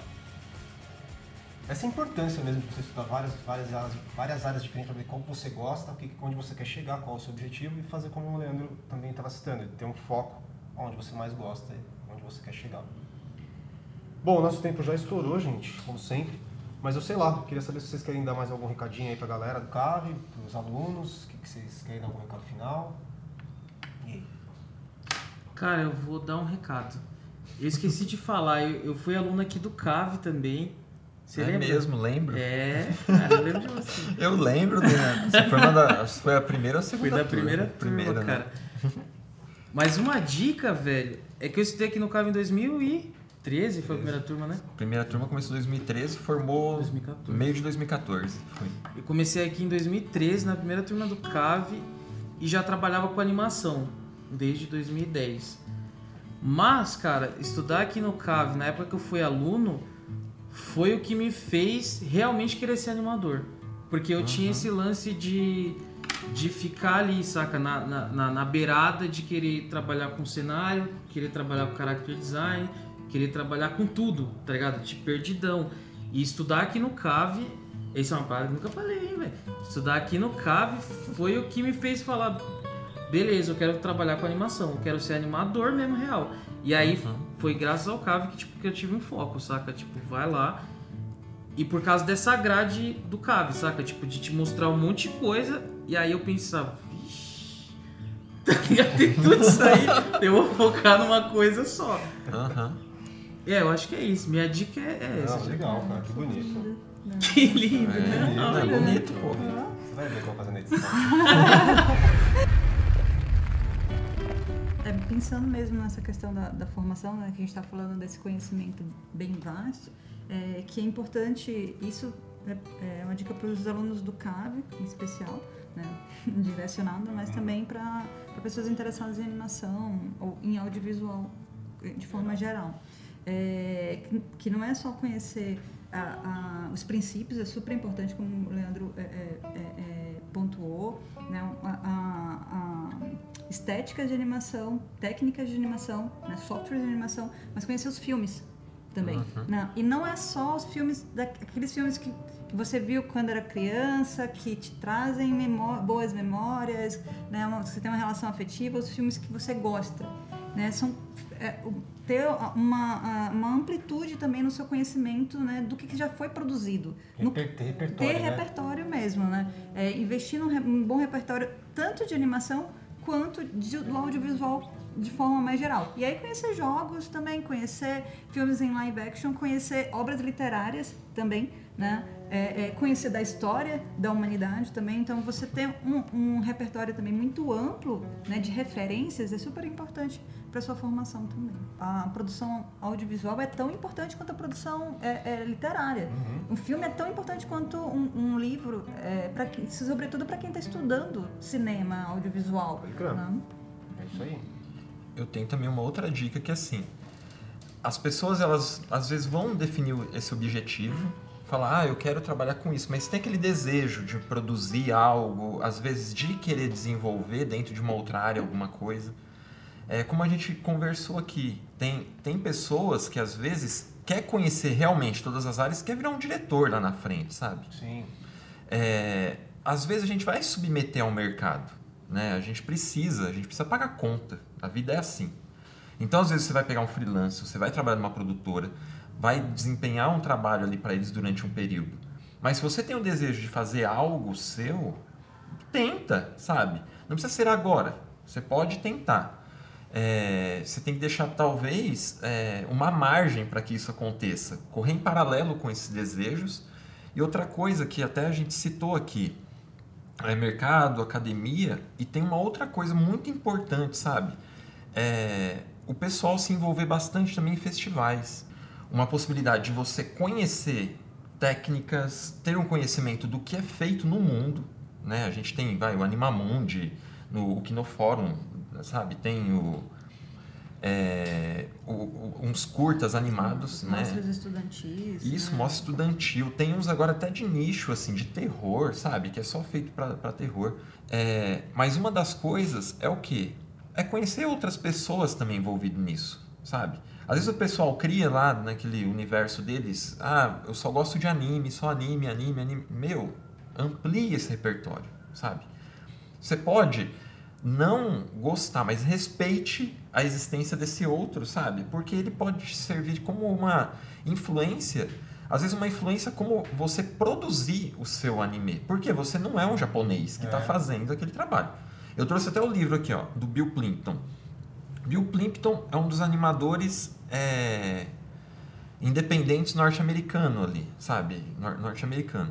Essa importância mesmo de você estudar várias, várias, áreas, várias áreas diferentes para ver como você gosta, onde você quer chegar, qual é o seu objetivo e fazer como o Leandro também estava citando, ter um foco onde você mais gosta e onde você quer chegar. Bom, nosso tempo já estourou, gente, como sempre, mas eu sei lá, queria saber se vocês querem dar mais algum recadinho aí para a galera do C A V, para os alunos, o que, que vocês querem dar algum recado final? E aí? Cara, eu vou dar um recado. Eu esqueci de falar, eu, eu fui aluno aqui do C A V também. Você é lembra? mesmo, lembro. É, cara, eu lembro de você. Eu lembro, né? Você foi, uma da, foi a primeira ou a segunda Foi da turma? primeira turma, primeira, cara. Né? Mas uma dica, velho, é que eu estudei aqui no C A V em dois mil e treze, foi a primeira turma, né? A primeira turma começou em dois mil e treze, formou dois mil e quatorze. Meio de dois mil e quatorze. Foi. Eu comecei aqui em dois mil e treze, na primeira turma do C A V, e já trabalhava com animação, desde dois mil e dez. Mas, cara, estudar aqui no C A V, na época que eu fui aluno, foi o que me fez realmente querer ser animador. Porque eu uhum. tinha esse lance de, de ficar ali, saca? Na, na, na beirada de querer trabalhar com cenário, querer trabalhar com character design, querer trabalhar com tudo, tá ligado? De perdidão. E estudar aqui no C A V, essa é uma parada que eu nunca falei, hein, velho? Estudar aqui no C A V foi o que me fez falar, beleza, eu quero trabalhar com animação, eu quero ser animador mesmo real. E aí uhum. foi graças ao C A V que, tipo, que eu tive um foco, saca? Tipo, vai lá. E por causa dessa grade do C A V, saca? Tipo, de te mostrar um monte de coisa. E aí eu pensava, vixi, tem tudo isso aí, eu vou focar numa coisa só. Uhum. É, eu acho que é isso. Minha dica é, é essa. Nossa, legal, cara, que bonito. Que lindo, é, né? É, é bonito, pô. Você vai ver o que eu vou fazer na edição. É, pensando mesmo nessa questão da, da formação, né, que a gente está falando desse conhecimento bem vasto, é, que é importante, isso é, é uma dica para os alunos do C A V, em especial, né, direcionado, mas também para pessoas interessadas em animação ou em audiovisual de forma geral. É, que, que não é só conhecer a, a, os princípios, é super importante, como o Leandro é, é, é, pontuou, né, a, a, a estéticas de animação, técnicas de animação, né, software de animação, mas conhecer os filmes também. Uhum. Não, e não é só os filmes, aqueles filmes que, que você viu quando era criança, que te trazem memó- boas memórias, né, uma, você tem uma relação afetiva, os filmes que você gosta. né? São, é, ter uma, uma amplitude também no seu conhecimento, né, do que, que já foi produzido. No, ter repertório, ter né? repertório mesmo, né? É, investir num, num bom repertório, tanto de animação quanto de, do audiovisual de forma mais geral. E aí conhecer jogos também, conhecer filmes em live action, conhecer obras literárias também, né? É, é, conhecer da história da humanidade também. Então, você ter um, um repertório também muito amplo, né, de referências é super importante para sua formação também. A produção audiovisual é tão importante quanto a produção é, é, literária. Uhum. Um filme é tão importante quanto um, um livro, é, pra, sobretudo para quem está estudando cinema audiovisual. Né? É isso aí. Eu tenho também uma outra dica que é assim, as pessoas, elas às vezes vão definir esse objetivo, falar, ah, eu quero trabalhar com isso, mas tem aquele desejo de produzir algo, às vezes de querer desenvolver dentro de uma outra área alguma coisa. É, como a gente conversou aqui, tem, tem pessoas que às vezes quer conhecer realmente todas as áreas, quer virar um diretor lá na frente, sabe? Sim. É, às vezes a gente vai submeter ao mercado, né? A gente precisa, a gente precisa pagar conta, a vida é assim. Então às vezes você vai pegar um freelancer, você vai trabalhar numa produtora, vai desempenhar um trabalho ali para eles durante um período. Mas se você tem o desejo de fazer algo seu, tenta, sabe? Não precisa ser agora, você pode tentar. É, você tem que deixar talvez é, uma margem para que isso aconteça, correr em paralelo com esses desejos. E outra coisa que até a gente citou aqui, é mercado, academia, e tem uma outra coisa muito importante, sabe? É, o pessoal se envolver bastante também em festivais. Uma possibilidade de você conhecer técnicas, ter um conhecimento do que é feito no mundo, né? A gente tem vai, o Animamundi, no, o Kinofórum, sabe? Tem o, é, o, o, uns curtas animados, Sim, né? Mostras estudantis. Isso, né? mostra estudantil. Tem uns agora até de nicho, assim, de terror, sabe? Que é só feito para terror. É, mas uma das coisas é o quê? É conhecer outras pessoas também envolvidas nisso, sabe? Às vezes o pessoal cria lá naquele universo deles, ah, eu só gosto de anime, só anime, anime, anime. Meu, amplie esse repertório, sabe? Você pode não gostar, mas respeite a existência desse outro, sabe? Porque ele pode servir como uma influência, às vezes uma influência como você produzir o seu anime. Porque você não é um japonês que está é. fazendo aquele trabalho. Eu trouxe até o livro aqui, ó, do Bill Plympton. Bill Plympton é um dos animadores é, independentes norte-americano ali, sabe? Nor- norte-americano.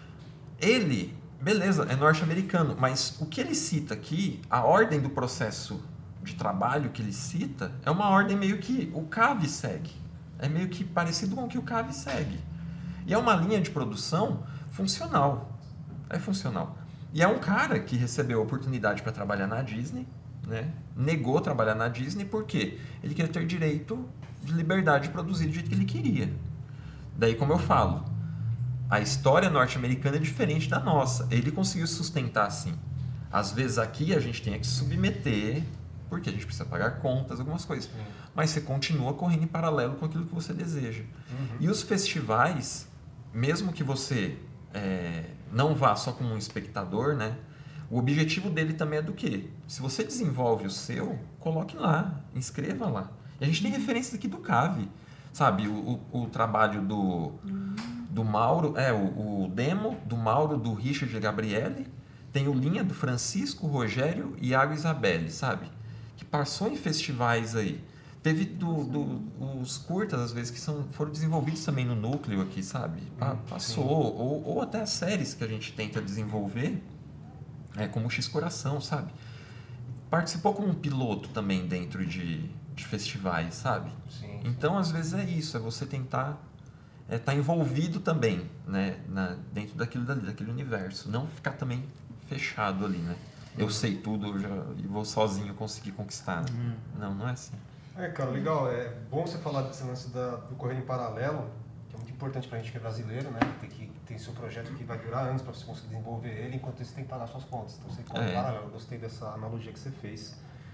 Ele, beleza, é norte-americano, mas o que ele cita aqui, a ordem do processo de trabalho que ele cita, é uma ordem meio que o C A V segue. É meio que parecido com o que o C A V segue. E é uma linha de produção funcional. É funcional. E é um cara que recebeu a oportunidade para trabalhar na Disney, né? Negou trabalhar na Disney porque ele queria ter direito de liberdade de produzir do jeito que ele queria. Daí, como eu falo, a história norte-americana é diferente da nossa. Ele conseguiu sustentar assim. Às vezes aqui a gente tem que se submeter porque a gente precisa pagar contas, algumas coisas. Uhum. Mas você continua correndo em paralelo com aquilo que você deseja. Uhum. E os festivais, mesmo que você é, não vá só como um espectador, né? O objetivo dele também é do quê? Se você desenvolve o seu, coloque lá, inscreva lá. E a gente tem referências aqui do C A V, sabe? O, o, o trabalho do, do Mauro, é, o, o demo do Mauro, do Richard e Gabriele, tem o Linha do Francisco, Rogério e Iago Isabelle, sabe? Que passou em festivais aí. Teve do, do, os curtas, às vezes, que são, foram desenvolvidos também no núcleo aqui, sabe? Pa, passou. Ou, ou até as séries que a gente tenta desenvolver, é, como o X-Coração, sabe? Participou como um piloto também dentro de, de festivais, sabe? Sim. Então, às vezes é isso, é você tentar estar é, tá envolvido também, né? Na, dentro daquilo dali, daquele universo. Não ficar também fechado ali, né? Eu uhum. sei tudo já, e vou sozinho conseguir conquistar. Né? Uhum. Não, não é assim. É, cara, legal. É bom você falar desse lance da, do correr em paralelo, que é muito importante pra gente que é brasileiro, né? Tem que tem seu projeto que vai durar anos para você conseguir desenvolver ele, enquanto isso tem que pagar suas contas. Então você corre em paralelo. Eu gostei dessa analogia que você fez.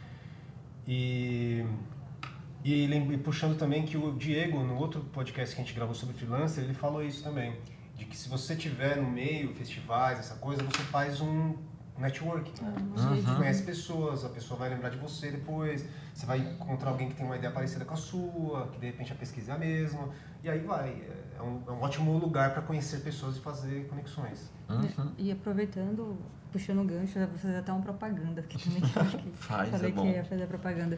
E, e, e puxando também que o Diego, no outro podcast que a gente gravou sobre freelancer, ele falou isso também. De que se você tiver no meio, festivais, essa coisa, você faz um, networking, né? Uhum. Você conhece pessoas, a pessoa vai lembrar de você depois, você vai encontrar alguém que tem uma ideia parecida com a sua, que de repente a pesquisa é a mesma, e aí vai. É um, é um ótimo lugar para conhecer pessoas e fazer conexões. Uhum. E aproveitando, puxando o gancho, eu vou fazer até uma propaganda aqui também. Que eu acho que Faz, falei é bom. que ia fazer a propaganda.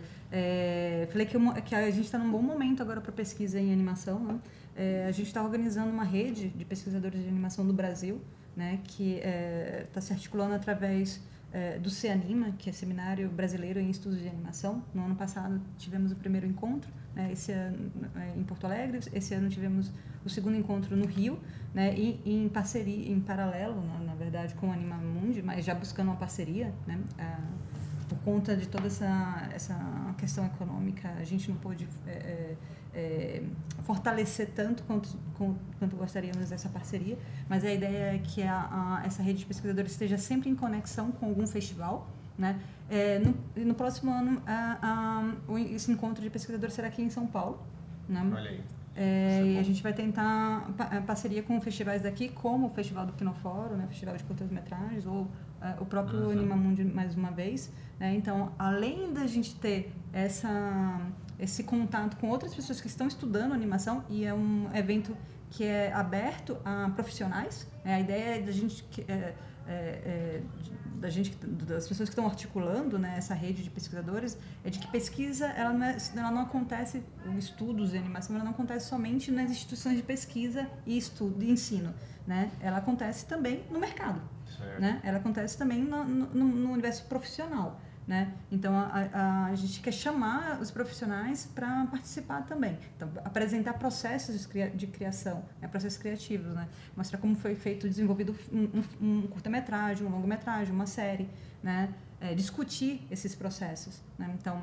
É, falei que, eu, que a gente está num bom momento agora para pesquisa em animação, né? É, a gente está organizando uma rede de pesquisadores de animação do Brasil, né, que está é, se articulando através é, do CEANIMA, que é Seminário Brasileiro em Estudos de Animação. No ano passado tivemos o primeiro encontro, né, esse ano é, em Porto Alegre, esse ano tivemos o segundo encontro no Rio, né, e, e em parceria, em paralelo, na, na verdade, com o Animamundi, mas já buscando uma parceria, né, a, por conta de toda essa, essa questão econômica, a gente não pôde é, é, é, fortalecer tanto quanto, quanto, quanto gostaríamos dessa parceria, mas a ideia é que a, a, essa rede de pesquisadores esteja sempre em conexão com algum festival, né? É, no, no próximo ano, a, a, esse encontro de pesquisadores será aqui em São Paulo, né? Olha aí. É, e a gente vai tentar pa- parceria com festivais daqui, como o Festival do Pinoforo, né, Festival de Curtas-Metragens, ou uh, o próprio uhum. Animamundi, mais uma vez. Né? Então, além da gente ter essa, esse contato com outras pessoas que estão estudando animação, e é um evento que é aberto a profissionais, né? A ideia é da gente... É, é, é, da gente, das pessoas que estão articulando, né, essa rede de pesquisadores, é de que pesquisa ela não, é, ela não acontece, estudos de animação, ela não acontece somente nas instituições de pesquisa e estudo e ensino, né? Ela acontece também no mercado, né? Ela acontece também no, no, no universo profissional, né? Então a, a, a gente quer chamar os profissionais para participar também, então apresentar processos de, cria, de criação, né? Processos criativos, né? Mostrar como foi feito, desenvolvido um, um, um curta-metragem, um longa-metragem, uma série, né? É, discutir esses processos, né? Então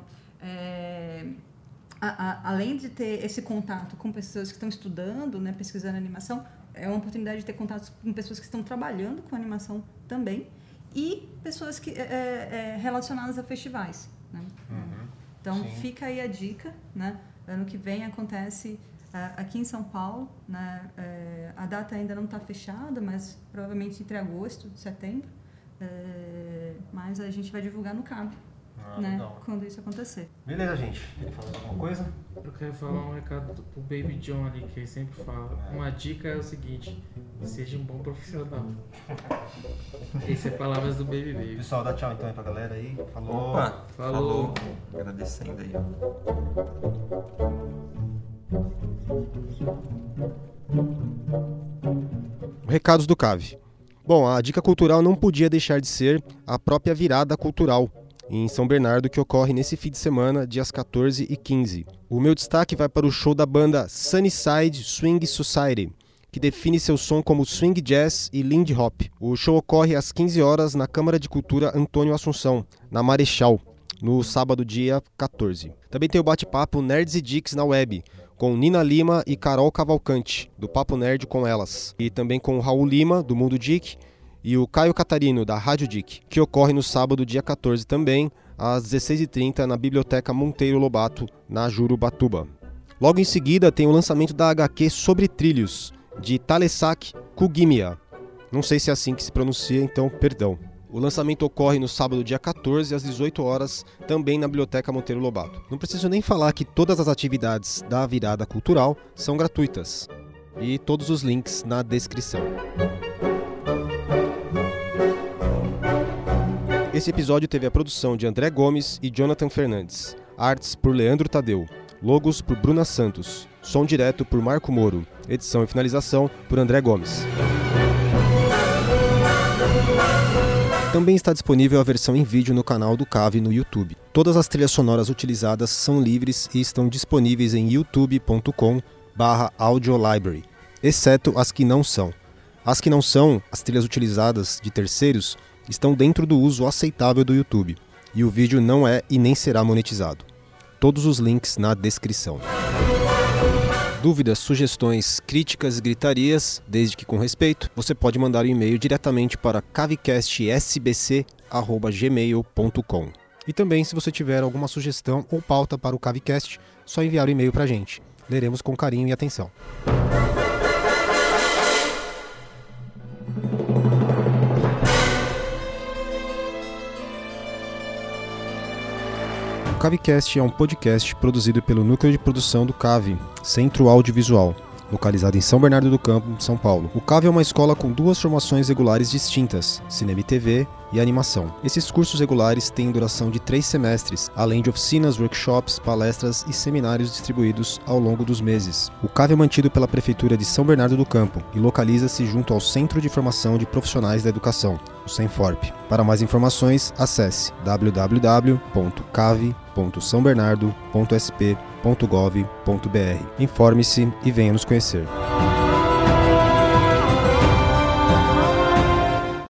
é, a, a, além de ter esse contato com pessoas que estão estudando, né, pesquisando animação, é uma oportunidade de ter contatos com pessoas que estão trabalhando com animação também, e pessoas que, é, é, relacionadas a festivais, né? Uhum. Então, sim, fica aí a dica, né? Ano que vem acontece uh, aqui em São Paulo, né? É, a data ainda não está fechada, mas provavelmente entre agosto e setembro. É, mas a gente vai divulgar no Cabo, ah, né? Quando isso acontecer. Beleza, gente. Quer falar alguma coisa? Eu quero falar um recado pro Baby John ali, que ele sempre fala. É. Uma dica é o seguinte: seja um bom profissional. Essas é palavras do Baby Baby. Pessoal, dá tchau então aí pra galera aí. Falou. Opa, falou. falou. Agradecendo aí. Recados do Cave. Bom, a dica cultural não podia deixar de ser a própria virada cultural em São Bernardo, que ocorre nesse fim de semana, dias quatorze e quinze. O meu destaque vai para o show da banda Sunnyside Swing Society, que define seu som como swing jazz e lindy hop. O show ocorre às quinze horas na Câmara de Cultura Antônio Assunção, na Marechal, no sábado, dia quatorze. Também tem o bate-papo Nerds e Geeks na web, com Nina Lima e Carol Cavalcante, do Papo Nerd com Elas. E também com o Raul Lima, do Mundo Geek, e o Caio Catarino, da Rádio Geek, que ocorre no sábado, dia quatorze também, às dezesseis e trinta, na Biblioteca Monteiro Lobato, na Jurubatuba. Logo em seguida tem o lançamento da agá quê Sobre Trilhos, de Talesak Kugimiya. Não sei se é assim que se pronuncia, então perdão. O lançamento ocorre no sábado, dia quatorze, às dezoito horas, também na Biblioteca Monteiro Lobato. Não preciso nem falar que todas as atividades da virada cultural são gratuitas. E todos os links na descrição. Esse episódio teve a produção de André Gomes e Jonathan Fernandes. Artes por Leandro Tadeu. Logos por Bruna Santos. Som direto por Marco Moro. Edição e finalização por André Gomes. Também está disponível a versão em vídeo no canal do Cave no YouTube. Todas as trilhas sonoras utilizadas são livres e estão disponíveis em youtube ponto com barra audiolibrary, exceto as que não são. As que não são, as trilhas utilizadas de terceiros, estão dentro do uso aceitável do YouTube, e o vídeo não é e nem será monetizado. Todos os links na descrição. Dúvidas, sugestões, críticas e gritarias, desde que com respeito, você pode mandar um e-mail diretamente para cavecast s b c arroba gmail ponto com. E também, se você tiver alguma sugestão ou pauta para o Cavecast, só enviar o e-mail para a gente. Leremos com carinho e atenção. CaviCast é um podcast produzido pelo Núcleo de Produção do CAV, Centro Audiovisual, localizado em São Bernardo do Campo, São Paulo. O CAV é uma escola com duas formações regulares distintas, Cinema e T V e Animação. Esses cursos regulares têm duração de três semestres, além de oficinas, workshops, palestras e seminários distribuídos ao longo dos meses. O CAV é mantido pela Prefeitura de São Bernardo do Campo e localiza-se junto ao Centro de Formação de Profissionais da Educação, o Cenforp. Para mais informações, acesse w w w ponto cave ponto são bernardo ponto s p ponto gov ponto b r. Informe-se e venha nos conhecer.